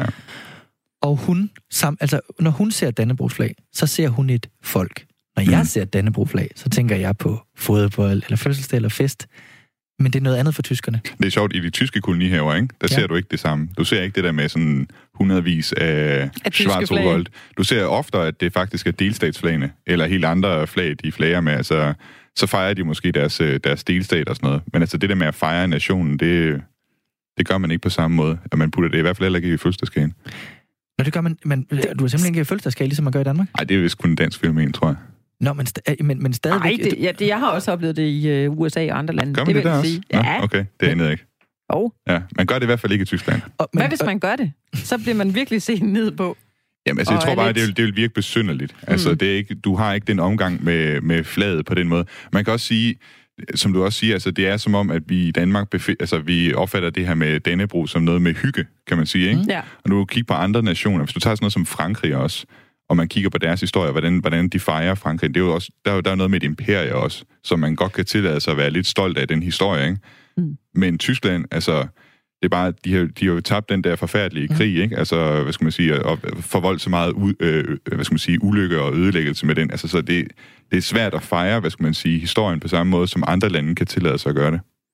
Og hun, sam, altså, når hun ser dannebrogsflag, så ser hun et folk. Når jeg mm. ser dannebrogsflag, så tænker jeg på fodbold, eller fødselsdag, eller fest. Men det er noget andet for tyskerne. Det er sjovt, i de tyske kolonihaver, ikke? Der ja. ser du ikke det samme. Du ser ikke det der med sådan hundredvis af Schwarzwald. Du ser ofte, at det faktisk er delstatsflagene, eller helt andre flag, de flager med. Altså, så fejrer de måske deres, deres delstat og sådan noget. Men altså det der med at fejre nationen, det, det gør man ikke på samme måde. Og man putter det i hvert fald heller ikke i fødselsdagsskagen. Nå, det gør man, man... Du har simpelthen ikke fødselsdagsskage, ligesom man gør i Danmark? Nej, det er vist kun en dansk fænomen, tror jeg. Nå, men, sta- men, men stadigvæk... Nej, det, ja, det, jeg har også oplevet det i uh, U S A og andre lande. Gør man det, det der også? Sige. Ja. Nå, okay, det anede jeg ikke. Oh. Ja, man gør det i hvert fald ikke i Tyskland. Og, men, Hvad hvis man gør det? Så bliver man virkelig set ned på. Jamen, altså, jeg tror bare, lidt... det, vil, det vil virke besynderligt. Mm. Altså, det er ikke, du har ikke den omgang med, med flaget på den måde. Man kan også sige, som du også siger, altså, det er som om, at vi i Danmark befind, altså, vi opfatter det her med Dannebrog som noget med hygge, kan man sige, ikke? Mm. Ja. Og nu kigger på andre nationer. Hvis du tager sådan noget som Frankrig også, og man kigger på deres historie, hvordan, hvordan de fejrer Frankrig, det er jo også, der er jo der er noget med et imperie også, som man godt kan tillade sig at være lidt stolt af den historie, ikke? Mm. Men Tyskland, altså, det er bare, de har, de har jo tabt den der forfærdelige krig, mm. ikke? Altså, hvad skal man sige, og forvoldt så meget u, øh, hvad skal man sige, ulykke og ødelæggelse med den. Altså, så det, det er svært at fejre, hvad skal man sige, historien på samme måde, som andre lande kan tillade sig at gøre det.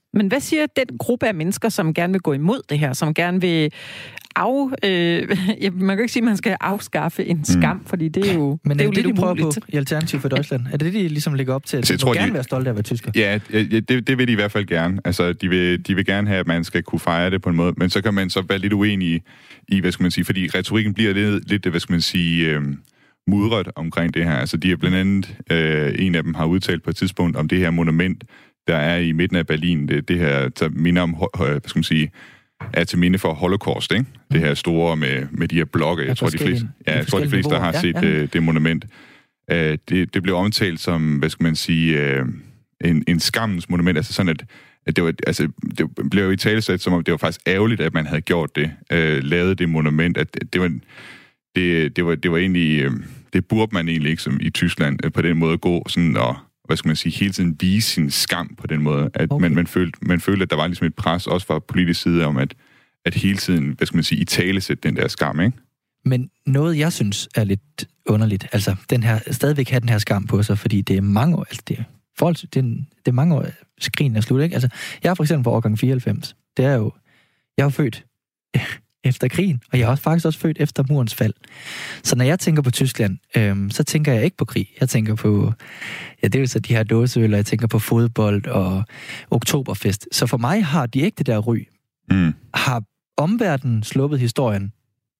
Men hvad siger den gruppe af mennesker, som gerne vil gå imod det her, som gerne vil af... Øh, ja, man kan ikke sige, at man skal afskaffe en skam, mm. fordi det er jo Men det er er jo det, lidt de prøver umuligt. På i Alternativ for Deutschland? Er det det, de ligesom lægger op til? At altså, de må gerne de... være stolte af at være tysker? Ja, ja det, det vil de i hvert fald gerne. Altså, de vil, de vil gerne have, at man skal kunne fejre det på en måde, men så kan man så være lidt uenig i, i hvad skal man sige, fordi retorikken bliver lidt, lidt hvad skal man sige... Øh, mudret omkring det her. Altså, de er blandt andet, øh, en af dem har udtalt på et tidspunkt om det her monument, der er i midten af Berlin. Det, det her, der minder om, hvad skal man sige, er til minde for Holocaust, ikke? Mm. Det her store med, med de her blokke. Jeg tror, de fleste, ja, jeg tror, de fleste, der har set ja, ja. Det, det monument. Uh, det, det blev omtalt som, hvad skal man sige, uh, en, en skammens monument. Altså sådan, at, at det, var, altså, det blev jo i talesæt, som om det var faktisk ærgerligt, at man havde gjort det. Uh, lavet det monument. At det var... Det, det, var, det var egentlig... Uh, det burde man egentlig ikke som i Tyskland uh, på den måde gå sådan og, hvad skal man sige, hele tiden vise sin skam på den måde. At okay. man, man, følte, man følte, at der var ligesom et pres også fra politisk side om, at, at hele tiden, hvad skal man sige, i talesæt den der skam, ikke? Men noget, jeg synes er lidt underligt, altså den her, stadigvæk have den her skam på sig, fordi det er mange år, altså det er, forhold, det er, det er mange år, skrigen er slut, ikke? Altså, jeg er for eksempel på årgang fireoghalvfems. Det er jo, jeg er født efter krigen, og jeg er også faktisk også født efter murens fald. Så når jeg tænker på Tyskland, øhm, så tænker jeg ikke på krig. Jeg tænker på, ja, det er jo så de her dåseøl, og jeg tænker på fodbold og oktoberfest. Så for mig har de ikke det der ry. Mm. Har omverdenen sluppet historien,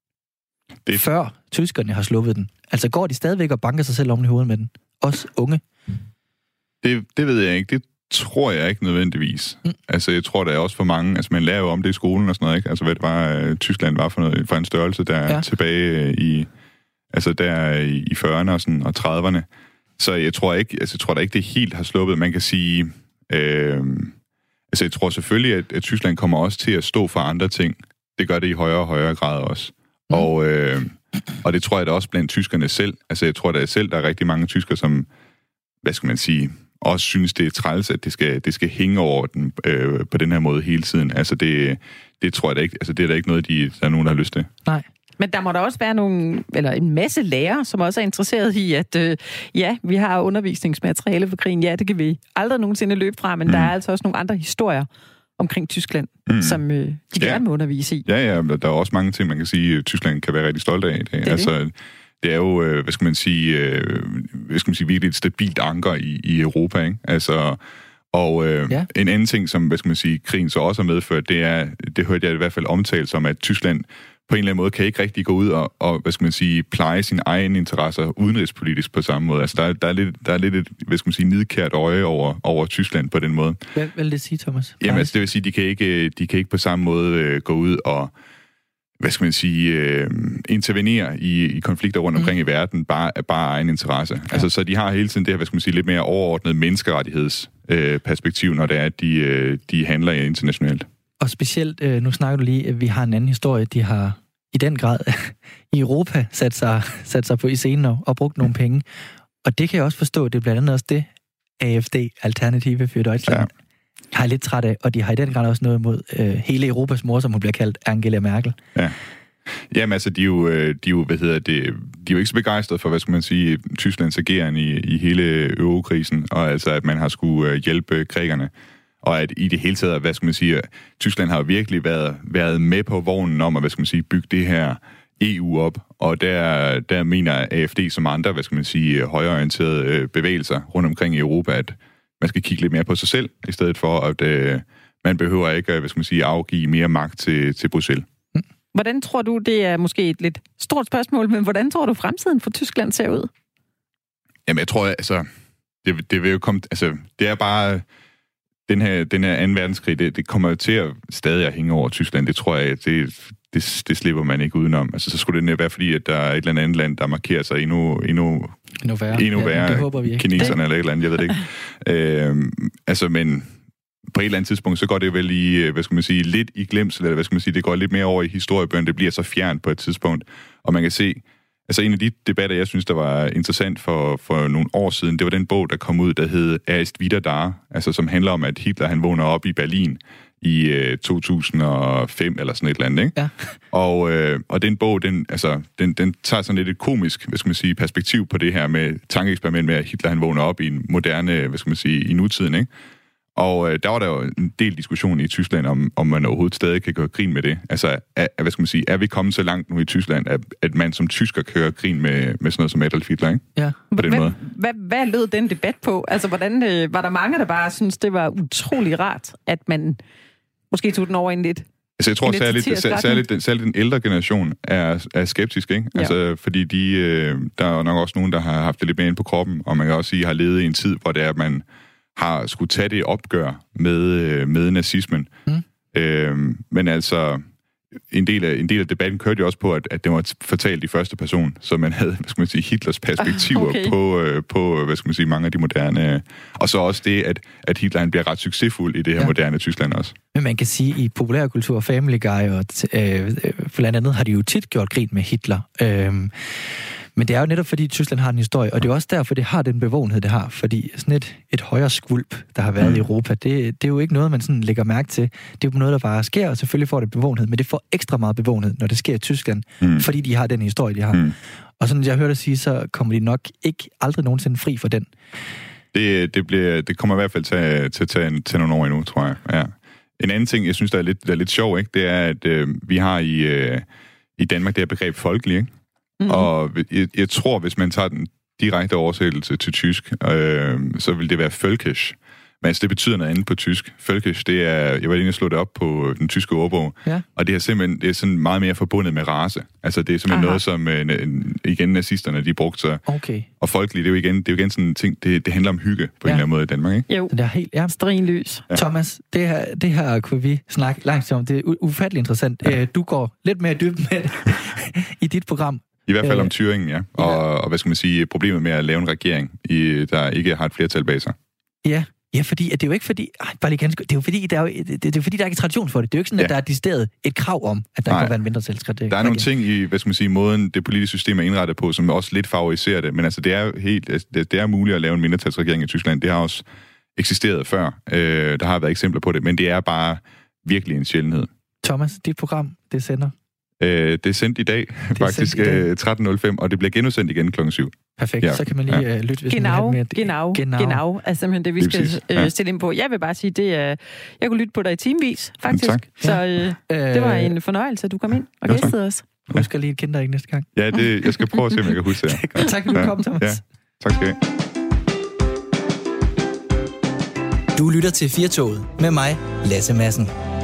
det... før tyskerne har sluppet den? Altså går de stadigvæk og banker sig selv om i hovedet med den? Også unge? Det, det ved jeg ikke. Det tror jeg ikke nødvendigvis. Mm. Altså, jeg tror, der er også for mange... Altså, man lærer jo om det i skolen og sådan noget, ikke? Altså, hvad det var, Tyskland var for, noget, for en størrelse, der ja. tilbage i... Altså, der i, i fyrrerne og, sådan, og trediverne. Så jeg tror ikke... Altså, jeg tror da ikke, det helt har sluppet. Man kan sige... Øh, altså, jeg tror selvfølgelig, at, at Tyskland kommer også til at stå for andre ting. Det gør det i højere og højere grad også. Mm. Og, øh, og det tror jeg da også blandt tyskerne selv. Altså, jeg tror da selv, der er rigtig mange tyskere, som... Hvad skal man sige... også synes, det er træls, at det skal, det skal hænge over den øh, på den her måde hele tiden. Altså, det, det tror jeg da ikke, altså, det er da ikke noget, de, der er nogen, der har lyst til. Nej. Men der må der også være nogle, eller en masse lærere, som også er interesseret i, at øh, ja, vi har undervisningsmateriale for krigen. Ja, det kan vi aldrig nogensinde løbe fra, men mm. der er altså også nogle andre historier omkring Tyskland, mm. som øh, de ja. gerne vil undervise i. Ja, ja, der er også mange ting, man kan sige, at Tyskland kan være rigtig stolt af i dag. Det er altså, det. Det er jo, øh, hvad skal man sige, øh, hvad skal man sige, virkelig et stabilt anker i, i Europa, ikke? Altså, og øh, ja. en anden ting, som, hvad skal man sige, krigen så også har medført, det er, det hørte jeg i hvert fald omtalt som, at Tyskland på en eller anden måde kan ikke rigtig gå ud og, og hvad skal man sige, pleje sine egne interesser udenrigspolitisk på samme måde. Altså, der, der, er, lidt, der er lidt et, hvad skal man sige, nidkært øje over, over Tyskland på den måde. Hvad vil det sige, Thomas? Jamen, altså, det vil sige, de kan ikke, de kan ikke på samme måde øh, gå ud og hvad skal man sige, øh, intervenere i, i konflikter rundt omkring mm. i verden, bare bare egen interesse. Ja. Altså, så de har hele tiden det her, hvad skal man sige, lidt mere overordnet menneskerettighedsperspektiv, øh, når det er, at de, øh, de handler internationalt. Og specielt, øh, nu snakker du lige, at vi har en anden historie, de har i den grad i Europa sat sig, sat sig på i scenen og, og brugt nogle penge. Og det kan jeg også forstå, det er blandt andet også det, A F D, Alternative für Deutschland, ja. har lidt træt af, og de har i den grad også noget imod øh, hele Europas mor, som hun bliver kaldt, Angela Merkel. Ja. Jamen altså, de er jo, de er jo, hvad hedder det, de er jo ikke så begejstrede for, hvad skal man sige, Tysklands ageren i, i hele eurokrisen, og altså, at man har skulle hjælpe grækerne. Og at i det hele taget, hvad skal man sige, Tyskland har virkelig været, været med på vognen om at, hvad skal man sige, bygge det her E U op, og der, der mener A F D som andre, hvad skal man sige, højreorienterede bevægelser rundt omkring i Europa, at man skal kigge lidt mere på sig selv, i stedet for, at øh, man behøver ikke, hvad skal man sige, afgive mere magt til, til Bruxelles. Hvordan tror du, det er måske et lidt stort spørgsmål, men hvordan tror du, fremtiden for Tyskland ser ud? Jamen, jeg tror, altså, det, det vil jo komme, altså, det er bare, den her, den her anden verdenskrig, det, det kommer til at stadig at hænge over Tyskland, det tror jeg, det, det, det slipper man ikke udenom. Altså, så skulle det være, fordi at der er et eller andet land, der markerer sig endnu, endnu, endnu værre, endnu værre ja, kineserne eller et eller andet, jeg ved det ikke. øhm, altså, men på et eller andet tidspunkt, så går det vel i, hvad skal man sige, lidt i glemsel, eller hvad skal man sige, det går lidt mere over i historiebøgerne, det bliver så fjernt på et tidspunkt, og man kan se, altså en af de debatter, jeg synes, der var interessant for, for nogle år siden, det var den bog, der kom ud, der hed Er ist wieder da, altså som handler om, at Hitler, han vågner op i Berlin i øh, to tusind og fem eller sådan et eller andet, ikke? Ja. Og, øh, og den bog, den, altså, den, den tager sådan lidt et komisk, hvad skal man sige, perspektiv på det her med tankeeksperiment med, at Hitler, han vågner op i en moderne, hvad skal man sige, i nutiden, ikke? Og øh, der var der jo en del diskussion i Tyskland, om, om man overhovedet stadig kan gøre grin med det. Altså, er, hvad skal man sige, er vi kommet så langt nu i Tyskland, at, at man som tysker kan gøre grin med, med sådan noget som Adolf Hitler, ikke? Ja. På den hvad, måde. Hvad, hvad lød den debat på? Altså, hvordan øh, var der mange, der bare synes det var utrolig rart, at man måske tog den over en lidt... Altså, jeg tror særligt, særligt, særligt, særligt den ældre generation er, er skeptisk, ikke? Ja. Altså, fordi de, øh, der er nok også nogen, der har haft det lidt mere ind på kroppen, og man kan også sige, har levet i en tid, hvor det er, at man har skulle tage det opgør med, øh, med nazismen. Mm. Øh, men altså, en del, af, en del af debatten kørte jo også på, at, at det var fortalt i første person, så man havde, hvad skal man sige, Hitlers perspektiver okay. på, øh, på, hvad skal man sige, mange af de moderne... Og så også det, at, at Hitler han bliver ret succesfuld i det her ja. moderne Tyskland også. Men man kan sige, at i populærkultur, Family Guy og øh, blandt andet har de jo tit gjort grin med Hitler. Øh, Men det er jo netop, fordi Tyskland har en historie, og det er også derfor, det har den bevågenhed, det har. Fordi sådan et, et højere skvulp, der har været mm. i Europa, det, det er jo ikke noget, man sådan lægger mærke til. Det er jo noget, der bare sker, og selvfølgelig får det bevågenhed, men det får ekstra meget bevågenhed, når det sker i Tyskland, mm. fordi de har den historie, de har. Mm. Og sådan, jeg hørte dig sige, så kommer de nok ikke aldrig nogensinde fri for den. Det, det, bliver, det kommer i hvert fald til, til, til, til nogle år endnu, tror jeg. Ja. En anden ting, jeg synes, der er lidt, der er lidt sjov, ikke? Det er, at øh, vi har i, øh, i Danmark det her begreb folkelig, ikke? Mm-hmm. Og jeg, jeg tror, hvis man tager den direkte oversættelse til tysk, øh, så vil det være völkisch. Men altså, det betyder noget andet på tysk. Völkisch, det er, jeg var lige slå det op på den tyske ordbog, ja. Og det er simpelthen det er sådan meget mere forbundet med race. Altså, det er simpelthen Aha. noget, som øh, igen nazisterne, de brugte sig. Okay. Og folkeligt, det er jo igen, det er jo igen sådan en ting, det, det handler om hygge på ja. en eller anden måde i Danmark, ikke? Jo, det er helt ja. strinlys. Ja. Thomas, det her, det her kunne vi snakke langt om. Det er ufatteligt interessant. Ja. Du går lidt mere dybt med det i dit program. I hvert fald om Thüringen, ja. Og, ja. og hvad skal man sige, problemet med at lave en regering, i, der ikke har et flertal bag sig. Ja, ja, fordi at det er jo ikke fordi, ej, bare lige ganske, det er jo fordi, der er jo, det, det er fordi, der er ikke tradition for det. Det er jo ikke sådan, ja. at der er decideret et krav om, at der Nej. kan være en mindretalsregering. Der er nogle ting i, hvad skal man sige, måden det politiske system er indrettet på, som også lidt favoriserer det. Men altså, det er helt, det, det er muligt at lave en mindretalsregering i Tyskland. Det har også eksisteret før. Øh, der har været eksempler på det, men det er bare virkelig en sjældenhed. Thomas, dit program, det sender? Øh, det er sendt i dag, det faktisk i dag. tretten nul fem, og det bliver genudsendt igen klokken syv. Perfekt, ja. Så kan man lige ja. uh, lytte, hvis genau, man har mere... Genau, genau, genau, er simpelthen det, vi skal uh, stille ind på. Jeg vil bare sige, det er... Jeg kunne lytte på dig i timevis, faktisk. Tak. Så uh, det var en fornøjelse, at du kom ind og ja, gæstede os. Husk at lige et kinder ikke næste gang. Ja, det, jeg skal prøve at se, om jeg kan huske det. det tak, fordi du ja. kom, Thomas. Ja. Tak skal du have. Du lytter til Firtoget med mig, Lasse Madsen.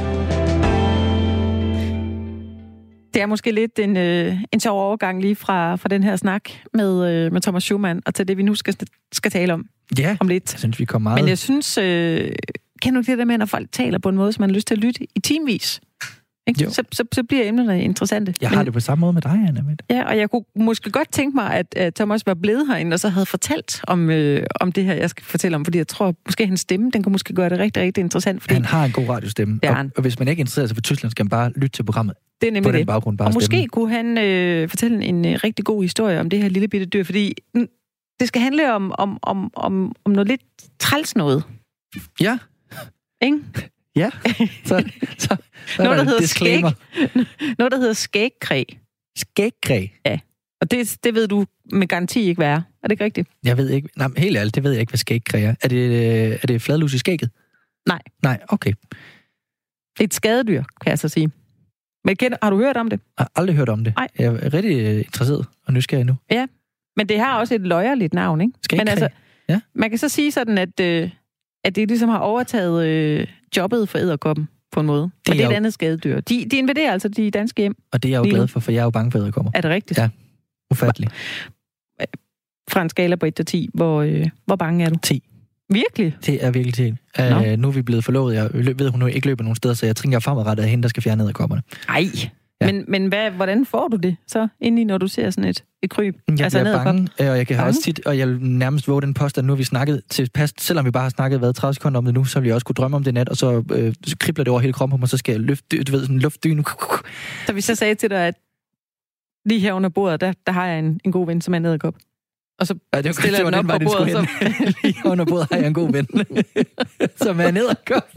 Det er måske lidt en, øh, en sjov overgang lige fra, fra den her snak med, øh, med Thomas Schumann, og til det, vi nu skal, skal tale om. Ja, om lidt. Jeg synes, vi kommer meget... Men jeg synes, øh, kender du det der med, når folk taler på en måde, som man har lyst til at lytte i timevis? Så, så, så bliver emnerne interessante. Jeg har Men, det på samme måde med dig, Anna. Med. Ja, og jeg kunne måske godt tænke mig, at, at Thomas var blevet herinde, og så havde fortalt om, øh, om det her, jeg skal fortælle om, fordi jeg tror, måske hans stemme, den kunne måske gøre det rigtig, rigtig interessant. Fordi... Han har en god radiostemme, og, og hvis man ikke interesserer sig for Tyskland, skal man bare lytte til programmet. Det er nemlig på det. Baggrund, bare og måske stemme. kunne han øh, fortælle en øh, rigtig god historie om det her lille bitte dyr, fordi mm, det skal handle om, om, om, om, om noget lidt træls noget. Ja. Ikke? Ja. Så, så, så noget, der hedder skæg, noget, der hedder skægkræ. Skægkræ? Ja. Og det, det ved du med garanti ikke, hvad er. Er det ikke rigtigt? Jeg ved ikke. Nej, helt ærligt, det ved jeg ikke, hvad skægkræ er. Er det, er det fladlus i skægget? Nej. Nej, okay. Det er et skadedyr, kan jeg så sige. Men kender, har du hørt om det? Jeg har aldrig hørt om det. Nej. Jeg er rigtig interesseret og nysgerrig nu. Ja, men det har også et løjerligt navn, ikke? Skægkræ? Men altså, ja. Man kan så sige sådan, at, øh, at det ligesom har overtaget øh, jobbet for edderkoppen på en måde. Det er, det er et jo... andet skadedyr. De, de invaderer altså de danske hjem. Og det er jeg jo lige glad for, for jeg er jo bange for edderkopper. Er det rigtigt? Ja, ufatteligt. Fra en skala på et til ti, hvor, øh, hvor bange er du? ti. Virkelig? Det er virkelig til. No. Uh, nu er vi blevet forlovet. Jeg ved, hun nu ikke løber nogen steder, så jeg tænker fremadrettet af hende, der skal fjerne edderkopperne. Ej, ja. men, men hvad, hvordan får du det så indeni, når du ser sådan et, et kryb? Jeg altså bliver bange, og jeg kan bange? også tit, og jeg vil nærmest våge den post, at nu har vi snakket til past, selvom vi bare har snakket hvad, tredive sekunder om det nu, så vil jeg også kunne drømme om det nat, og så, øh, så kribler det over hele kroppen på mig, så skal jeg løfte, du ved, sådan en luftdyne. Så hvis jeg sagde til dig, at lige her under bordet, der, der har jeg en, en god ven, som er en edderkop. Og så ja, det stiller jeg den op på bordet. Så... Lige under bordet har jeg en god ven, som er en edderkop.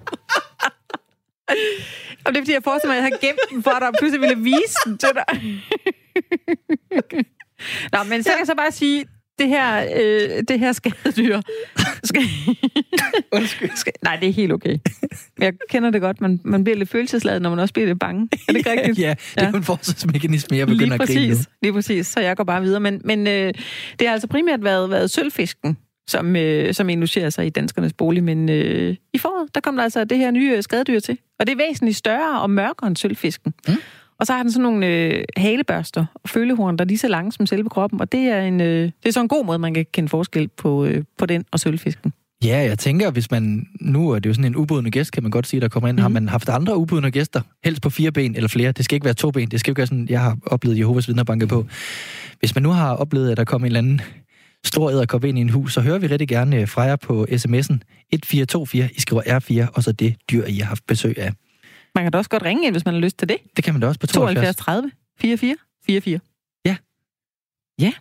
Og det er fordi, jeg forestiller mig, at jeg har gemt den for dig, og pludselig ville vise den til dig. Nå, men så kan jeg så bare sige, det her, øh, det her skadedyr, Skal... Undskyld. Skal... Nej, det er helt okay. Jeg kender det godt. Man, man bliver lidt følelsesladet, når man også bliver lidt bange. Er det ikke rigtigt? Ja, det er jo en forsvarsmekanisme, jeg begynder lige at grine nu. Lige præcis, så jeg går bare videre. Men, men øh, det har altså primært været, været sølvfisken, som, øh, som inducerer sig i danskernes bolig. Men øh, i foråret, der kom der altså det her nye skadedyr til. Og det er væsentligt større og mørkere end sølvfisken. Mm. Og så har den sådan nogle øh, halebørster og følehorn, der er lige så lange som selve kroppen. Og det er, en, øh, det er så en god måde, man kan kende forskel på, øh, på den og sølvfisken. Ja, jeg tænker, hvis man... Nu er det jo sådan en ubudne gæst, kan man godt sige, der kommer ind. Mm. Har man haft andre ubudne gæster? Helst på fire ben eller flere. Det skal ikke være to ben. Det skal ikke være sådan, jeg har oplevet Jehovas vidner banke på. Hvis man nu har oplevet, at der kommer en eller anden stor edderkop ind i en hus, så hører vi rigtig gerne fra jer på sms'en et fire to fire. I skriver R fire, og så det dyr, I har haft besøg af. Man kan da også godt ringe ind, hvis man har lyst til det. Det kan man da også på tooghalvfjerds tredive fireogfyrre fireogfyrre. Ja. Ja.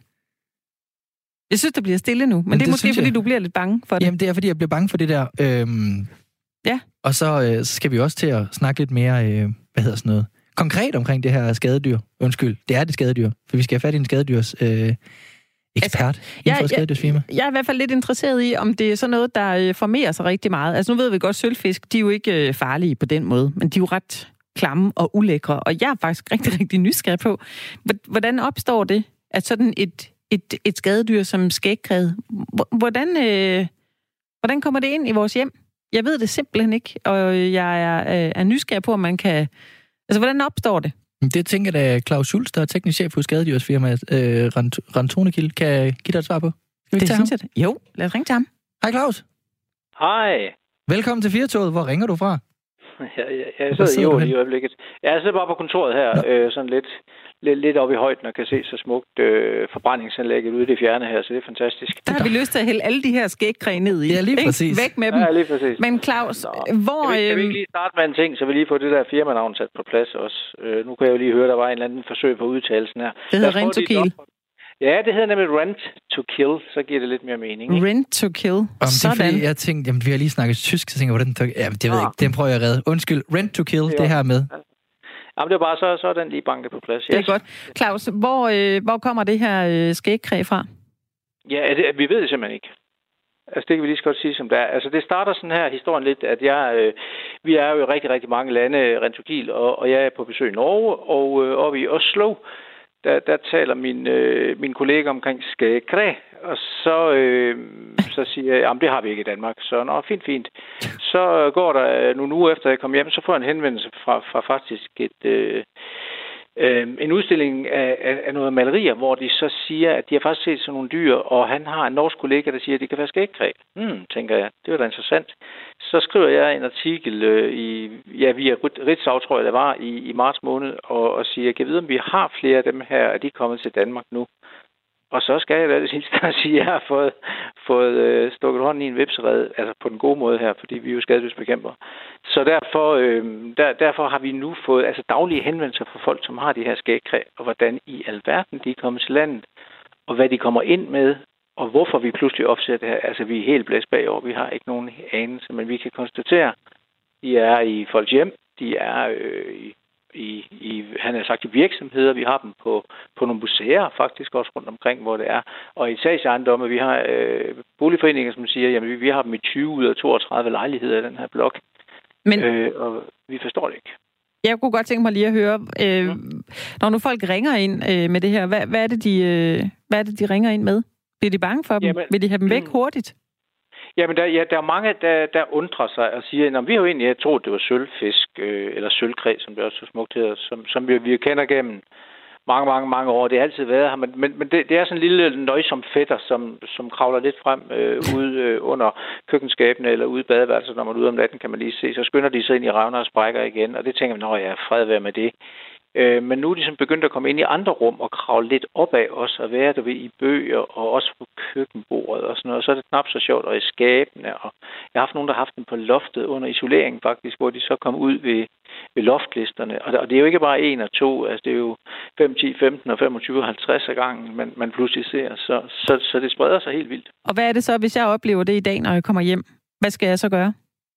Jeg synes, der bliver stille nu, men, men det er det måske, fordi jeg... du bliver lidt bange for det. Jamen, det er, fordi jeg bliver bange for det der. Øhm... Ja. Og så, øh, så skal vi også til at snakke lidt mere, øh, hvad hedder sådan noget, konkret omkring det her skadedyr. Undskyld, det er det skadedyr, for vi skal have fat i en skadedyrs øh, ekspert altså, inden for et skadedyrsfirma. Jeg, jeg er i hvert fald lidt interesseret i, om det er sådan noget, der øh, formerer sig rigtig meget. Altså nu ved vi godt, sølvfisk, de er jo ikke øh, farlige på den måde, men de er jo ret klamme og ulækre, og jeg er faktisk rigtig, rigtig nysgerrig på, hvordan opstår det, at sådan et, et, et skadedyr som skægkræd, hvordan, øh, hvordan kommer det ind i vores hjem? Jeg ved det simpelthen ikke, og jeg er, er nysgerrig på, om man kan... Altså, hvordan opstår det? Det tænker jeg, at Claus Schultz, der er teknisk chef hos skadedyrsfirmaet øh, Rantonekilde, kan give dig et svar på. Det synes jeg. Jo, lad os ringe til ham. Hej Claus. Hej. Velkommen til Firtoget. Hvor ringer du fra? Jeg, jeg, jeg sidder, sidder i jorden i øjeblikket. Jeg sidder bare på kontoret her, øh, sådan lidt, lidt, lidt oppe i højden, og kan se så smukt øh, forbrændingsanlægget ude i det fjerne her, så det er fantastisk. Der har vi lyst til at hælde alle de her skægkræ ned i. Ja, lige præcis. Væk med dem. Ja, lige præcis. Men Claus, Nå, hvor... Kan vi, kan vi ikke lige starte med en ting, så vi lige får det der firmanavn sat på plads også. Øh, nu kan jeg jo lige høre, der var en eller anden forsøg på udtalelsen her. Det hedder Rent to Kill. Ja, det hedder nemlig Rent to Kill, så giver det lidt mere mening. Ikke? Rent to Kill. Om det er fordi, jeg tænkte, jamen vi har lige snakket tysk, så tænker jeg, hvordan... Ja, det ved jeg ikke, den prøver jeg at redde. Undskyld, Rent to Kill, det, det her med. Jamen det er bare, så, så er den lige banket på plads. Yes. Det er godt. Claus, hvor, øh, hvor kommer det her øh, skægkræ fra? Ja, det, vi ved det simpelthen ikke. Altså det kan vi lige så godt sige, som det er. Altså det starter sådan her historien lidt, at jeg, øh, vi er jo i rigtig, rigtig mange lande, Rent to Kill, og, og jeg er på besøg i Norge, og øh, oppe i Oslo, Der, der taler min, øh, min kollega omkring skægkræ, og så, øh, så siger jeg, jamen det har vi ikke i Danmark. Så nå, fint, fint. Så går der nogle uger efter jeg kom hjem, så får jeg en henvendelse fra, fra faktisk et, øh, øh, en udstilling af, af, af noget malerier, hvor de så siger, at de har faktisk set sådan nogle dyr, og han har en norsk kollega, der siger, at det kan være skægkræ. Hmm, tænker jeg, det var da interessant. Så skriver jeg en artikel øh, i, ja, via Ritzau, tror jeg, det var, i, i marts måned, og, og siger, jeg kan vide, om vi har flere af dem her, at de er kommet til Danmark nu. Og så skal jeg da det sidste at sige, at jeg har fået, fået øh, stukket hånden i en vipserede, altså på den gode måde her, fordi vi er jo skadedyrsbekæmper. Så derfor, øh, der, derfor har vi nu fået altså daglige henvendelser fra folk, som har de her skægkræ, og hvordan i alverden de er kommet til landet, og hvad de kommer ind med, og hvorfor vi pludselig opsætter det her. Altså, vi er helt blæst bagover. Vi har ikke nogen anelse, men vi kan konstatere, de er i folks hjem. De er øh, i, i, i, han har sagt, i virksomheder. Vi har dem på, på nogle museer, faktisk også rundt omkring, hvor det er. Og i etageejendomme, vi har øh, boligforeninger, som siger, jamen, vi, vi har dem i tyve ud af toogtredive lejligheder i den her blok. Men... Øh, og vi forstår det ikke. Jeg kunne godt tænke mig lige at høre, øh, mm. når nu folk ringer ind øh, med det her, hvad, hvad, er det, de, øh, hvad er det, de ringer ind med? Bliver de bange for dem? Jamen, vil de have dem væk hurtigt? Jamen, der, ja, der er mange, der, der undrer sig og siger, at vi har jo egentlig troet, det var sølvfisk, øh, eller sølvkræ, som det også så smukt hedder, som, som vi, vi kender gennem mange, mange, mange år. Det har altid været her, men, men, men det, det er sådan en lille nøjsom fætter, som, som kravler lidt frem øh, ude øh, under køkkenskabene eller ude i badeværelset. Når man er ude om natten, kan man lige se. Så skynder de sig ind i revner og sprækker igen, og det tænker man, nå ja, fred være med det. Øh, men nu er de sådan begyndt at komme ind i andre rum og kravle lidt opad os og være der ved i bøger og også på køkkenbordet og sådan noget. Og så er det knap så sjovt, og i skabene. Og jeg har haft nogen, der har haft dem på loftet under isoleringen faktisk, hvor de så kom ud ved, ved loftlisterne. Og, og det er jo ikke bare en og to, altså det er jo fem, ti, femten og femogtyve og halvtreds af gangen, man, man pludselig ser. Så, så, så det spreder sig helt vildt. Og hvad er det så, hvis jeg oplever det i dag, når jeg kommer hjem? Hvad skal jeg så gøre?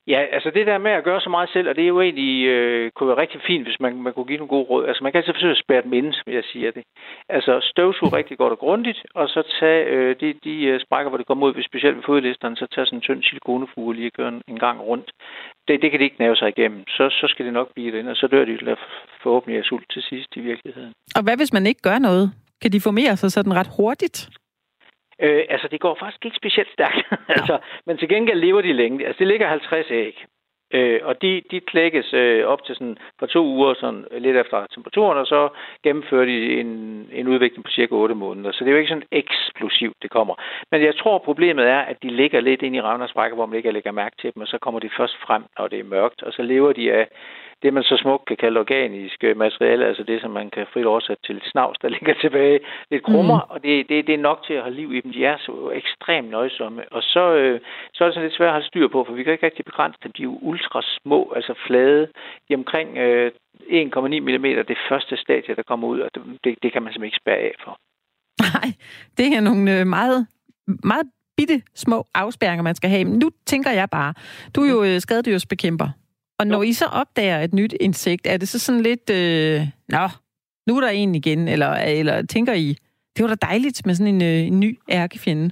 Ja, altså det der med at gøre så meget selv, og det er jo egentlig, øh, kunne være rigtig fint, hvis man, man kunne give nogle gode råd. Altså man kan altid forsøge at spære dem inde, som jeg siger det. Altså støvsug rigtig godt og grundigt, og så tage øh, de, de sprækker, hvor det kommer ud, specielt ved fodlisterne, så tage sådan en tynd silikonefugl lige og køre en, en gang rundt. Det, det kan de ikke næve sig igennem. Så, så skal det nok blive det, og så dør de forhåbentlig af sult til sidst i virkeligheden. Og hvad hvis man ikke gør noget? Kan de formere sig sådan ret hurtigt? Øh, altså, det går faktisk ikke specielt stærkt. altså, men til gengæld lever de længe. Altså, det ligger halvtreds æg. Øh, og de, de klækkes øh, op til sådan for to uger, sådan lidt efter temperaturen, og så gennemfører de en, en udvikling på cirka otte måneder. Så det er jo ikke sådan eksplosivt, det kommer. Men jeg tror, problemet er, at de ligger lidt ind i revnersbrækker, hvor man ikke lægger mærke til dem, og så kommer de først frem, når det er mørkt, og så lever de af det, man så smukt kan kalde organisk materiale, altså det, som man kan frit oversætte til snavs, der ligger tilbage. Lidt krummer, mm. og det, det, det er nok til at holde liv i dem. De er så ekstremt nøjsomme. Og så, øh, så er det sådan lidt svært at holde styr på, for vi kan ikke rigtig begrænse dem. De er jo ultra små, altså flade. De er omkring øh, en komma ni millimeter, det første stadie, der kommer ud, og det, det kan man simpelthen ikke spærre af for. Nej, det er nogle øh, meget, meget bitte små afspærringer, man skal have. Men nu tænker jeg bare, du er jo øh, skadedyrsbekæmper. Og når I så opdager et nyt insekt, er det så sådan lidt, øh, nå, nu er der en igen, eller, eller tænker I, det var da dejligt med sådan en, øh, en ny ærkefjende?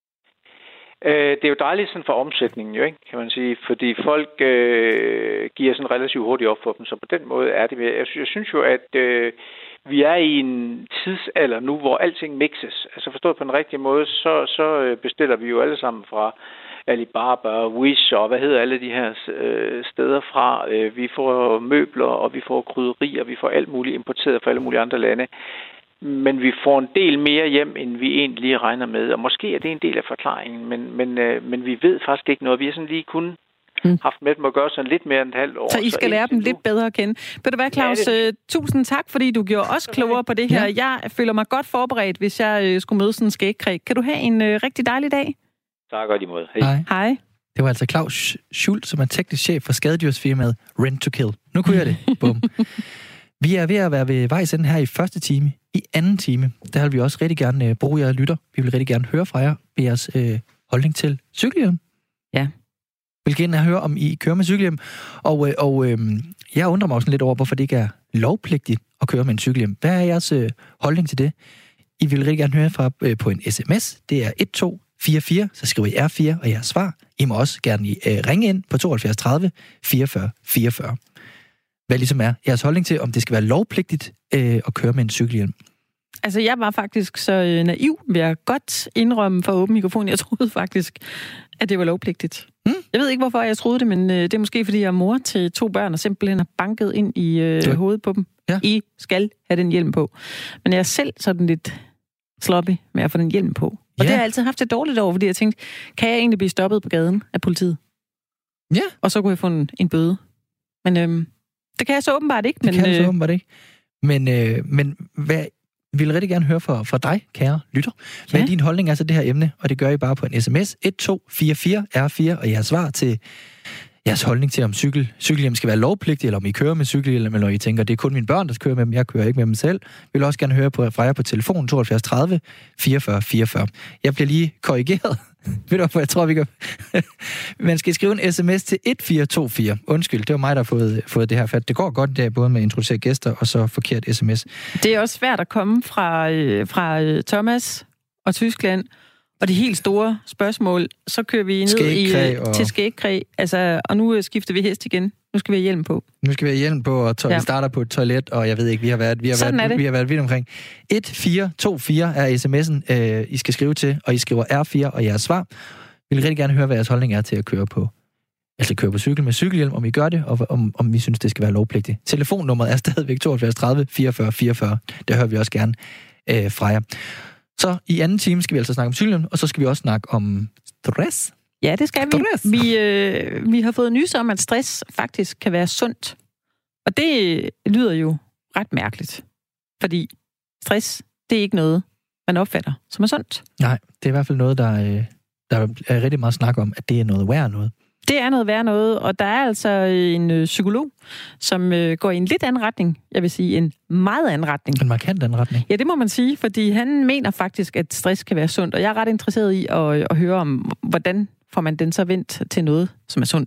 Øh, det er jo dejligt sådan for omsætningen, jo, ikke, kan man sige, fordi folk øh, giver sådan relativt hurtigt op for dem, så på den måde er det. Jeg, jeg synes jo, at øh, vi er i en tidsalder nu, hvor alting mixes. Altså forstået på en rigtig måde, så, så bestiller vi jo alle sammen fra Alibaba, Wish og hvad hedder alle de her øh, steder fra. Øh, vi får møbler, og vi får krydderier, vi får alt muligt importeret fra alle mulige andre lande. Men vi får en del mere hjem, end vi egentlig regner med. Og måske er det en del af forklaringen, men, men, øh, men vi ved faktisk ikke noget. Vi har sådan lige kun mm. haft med dem at gøre sådan lidt mere end et halvt år. Så I skal så lære dem nu lidt bedre at kende. Vil du være, Claus? Ja, det... Tusind tak, fordi du gjorde os klogere på det her. Ja. Jeg føler mig godt forberedt, hvis jeg øh, skulle møde sådan en skægkræ. Kan du have en øh, rigtig dejlig dag? Tak godt imod. Hej. Hej. Hej. Det var altså Claus Schultz, som er teknisk chef for skadedyrsfirmaet Rent to Kill. Nu kunne jeg det. Bum. Vi er ved at være ved vejs ende her i første time. I anden time, der vil vi også rigtig gerne øh, bruge jer lytter. Vi vil rigtig gerne høre fra jer ved jeres øh, holdning til cykelhjelm. Ja. Vi vil gerne høre, om I kører med cykelhjelm. Og, øh, og øh, jeg undrer mig også lidt over, hvorfor det ikke er lovpligtigt at køre med en cykelhjelm. Hvad er jeres øh, holdning til det? I vil rigtig gerne høre fra øh, på en sms. Det er et to fire fire, så skriver I R fire og jeres svar. I må også gerne øh, ringe ind på tooghalvfjerds tredive fireogfyrre fireogfyrre. Hvad ligesom er jeres holdning til, om det skal være lovpligtigt øh, at køre med en cykelhjelm? Altså, jeg var faktisk så øh, naiv, vil jeg godt indrømme for åben mikrofon. Jeg troede faktisk, at det var lovpligtigt. Hmm? Jeg ved ikke, hvorfor jeg troede det, men øh, det er måske, fordi jeg er mor til to børn, og simpelthen har banket ind i øh, du... hovedet på dem. Ja. I skal have den hjelm på. Men jeg er selv sådan lidt sloppy med at få den hjelm på. Og ja. Det har jeg altid haft det dårligt over, fordi jeg tænkte, kan jeg egentlig blive stoppet på gaden af politiet? Ja. Og så kunne jeg få en, en bøde. Men øh, det kan jeg så åbenbart ikke. Det men, kan jeg så øh, åbenbart ikke. Men, øh, men hvad... Vi vil rigtig gerne høre fra, fra dig, kære lytter. Hvad ja. din holdning er til det her emne, og det gør I bare på en sms et to fire fire R fire, og jeres svar til jeres holdning til, om cykel, cykelhjelm skal være lovpligtig, eller om I kører med cykelhjelm, eller I tænker, det er kun mine børn, der skal køre med dem, jeg kører ikke med dem selv. Vi vil også gerne høre på, fra jer på telefon tooghalvfjerds tredive fireogfyrre fireogfyrre. Jeg bliver lige korrigeret. Ved du, hvad jeg tror, vi kan... Man skal skrive en sms til et fire to fire. Undskyld, det var mig, der har fået, fået det her fat. Det går godt der, både med at introducere gæster og så forkert sms. Det er også svært at komme fra, øh, fra Thomas og Tyskland, og de helt store spørgsmål, så kører vi ned i, og... til skægkræ. Altså, og nu skifter vi hest igen. Nu skal vi have hjelm på. Nu skal vi have hjelm på, og to- ja. vi starter på et toilet, og jeg ved ikke, vi har været, vi har Sådan været, vi har været vidt omkring. et fire to fire er sms'en, øh, I skal skrive til, og I skriver R fire og jeres svar. Vi vil rigtig gerne høre, hvad jeres holdning er til at køre på, altså køre på cykel med cykelhjelm, om I gør det, og om, om vi synes, det skal være lovpligtigt. Telefonnummeret er stadigvæk tooghalvfjerds tredive fireogfyrre fireogfyrre. Der hører vi også gerne øh, fra jer. Så i anden time skal vi altså snakke om cykelhjelm, og så skal vi også snakke om stress. Ja, det skal vi. Vi, øh, vi har fået nys om, at stress faktisk kan være sundt. Og det lyder jo ret mærkeligt. Fordi stress, det er ikke noget, man opfatter som er sundt. Nej, det er i hvert fald noget, der, der er rigtig meget snak om, at det er noget værre noget. Det er noget værre noget, og der er altså en psykolog, som øh, går i en lidt anden retning. Jeg vil sige en meget anden retning. En markant anden retning? Ja, det må man sige, fordi han mener faktisk, at stress kan være sundt. Og jeg er ret interesseret i at, at høre om, hvordan får man den så vendt til noget, som er sundt.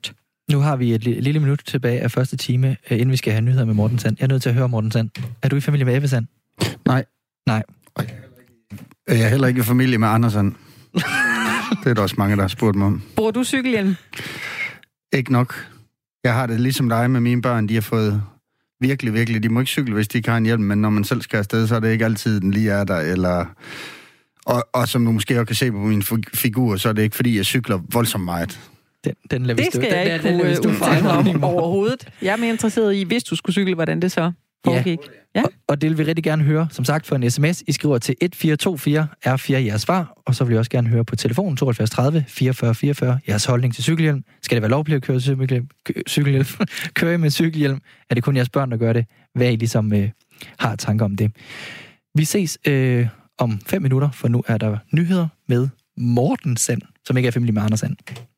Nu har vi et lille minut tilbage af første time, inden vi skal have nyheder med Morten Sand. Jeg er nødt til at høre Morten Sand. Er du i familie med Ebbe Sand? Nej. Nej. Jeg er heller ikke i familie med Anders Sand. Det er der også mange, der har spurgt mig om. Bruger du cykelhjelm? Ikke nok. Jeg har det ligesom dig med mine børn. De har fået virkelig, virkelig... De må ikke cykle, hvis de ikke har en hjelm, men når man selv skal afsted, så er det ikke altid, den lige er der, eller... Og, og som du måske også kan se på min figur, så er det ikke, fordi jeg cykler voldsomt meget. Den, den det skal jeg ikke kunne udtale mig om overhovedet. Jeg er mere interesseret i, hvis du skulle cykle, hvordan det så foregik. Ja. Ja. Og, og det vil vi rigtig gerne høre. Som sagt, for en sms, I skriver til et fire to fire R fire jeres svar, og så vil jeg også gerne høre på telefonen tooghalvfjerds tredive fireogfyrre fireogfyrre jeres holdning til cykelhjelm. Skal det være lovligt at køre cykelhjelm? cykelhjelm? Køre med cykelhjelm? Er det kun jeres børn, der gør det? Hvad I ligesom øh, har tanker om det? Vi ses øh, om fem minutter, for nu er der nyheder med Morten Sand, som ikke er familie med Anders Sand.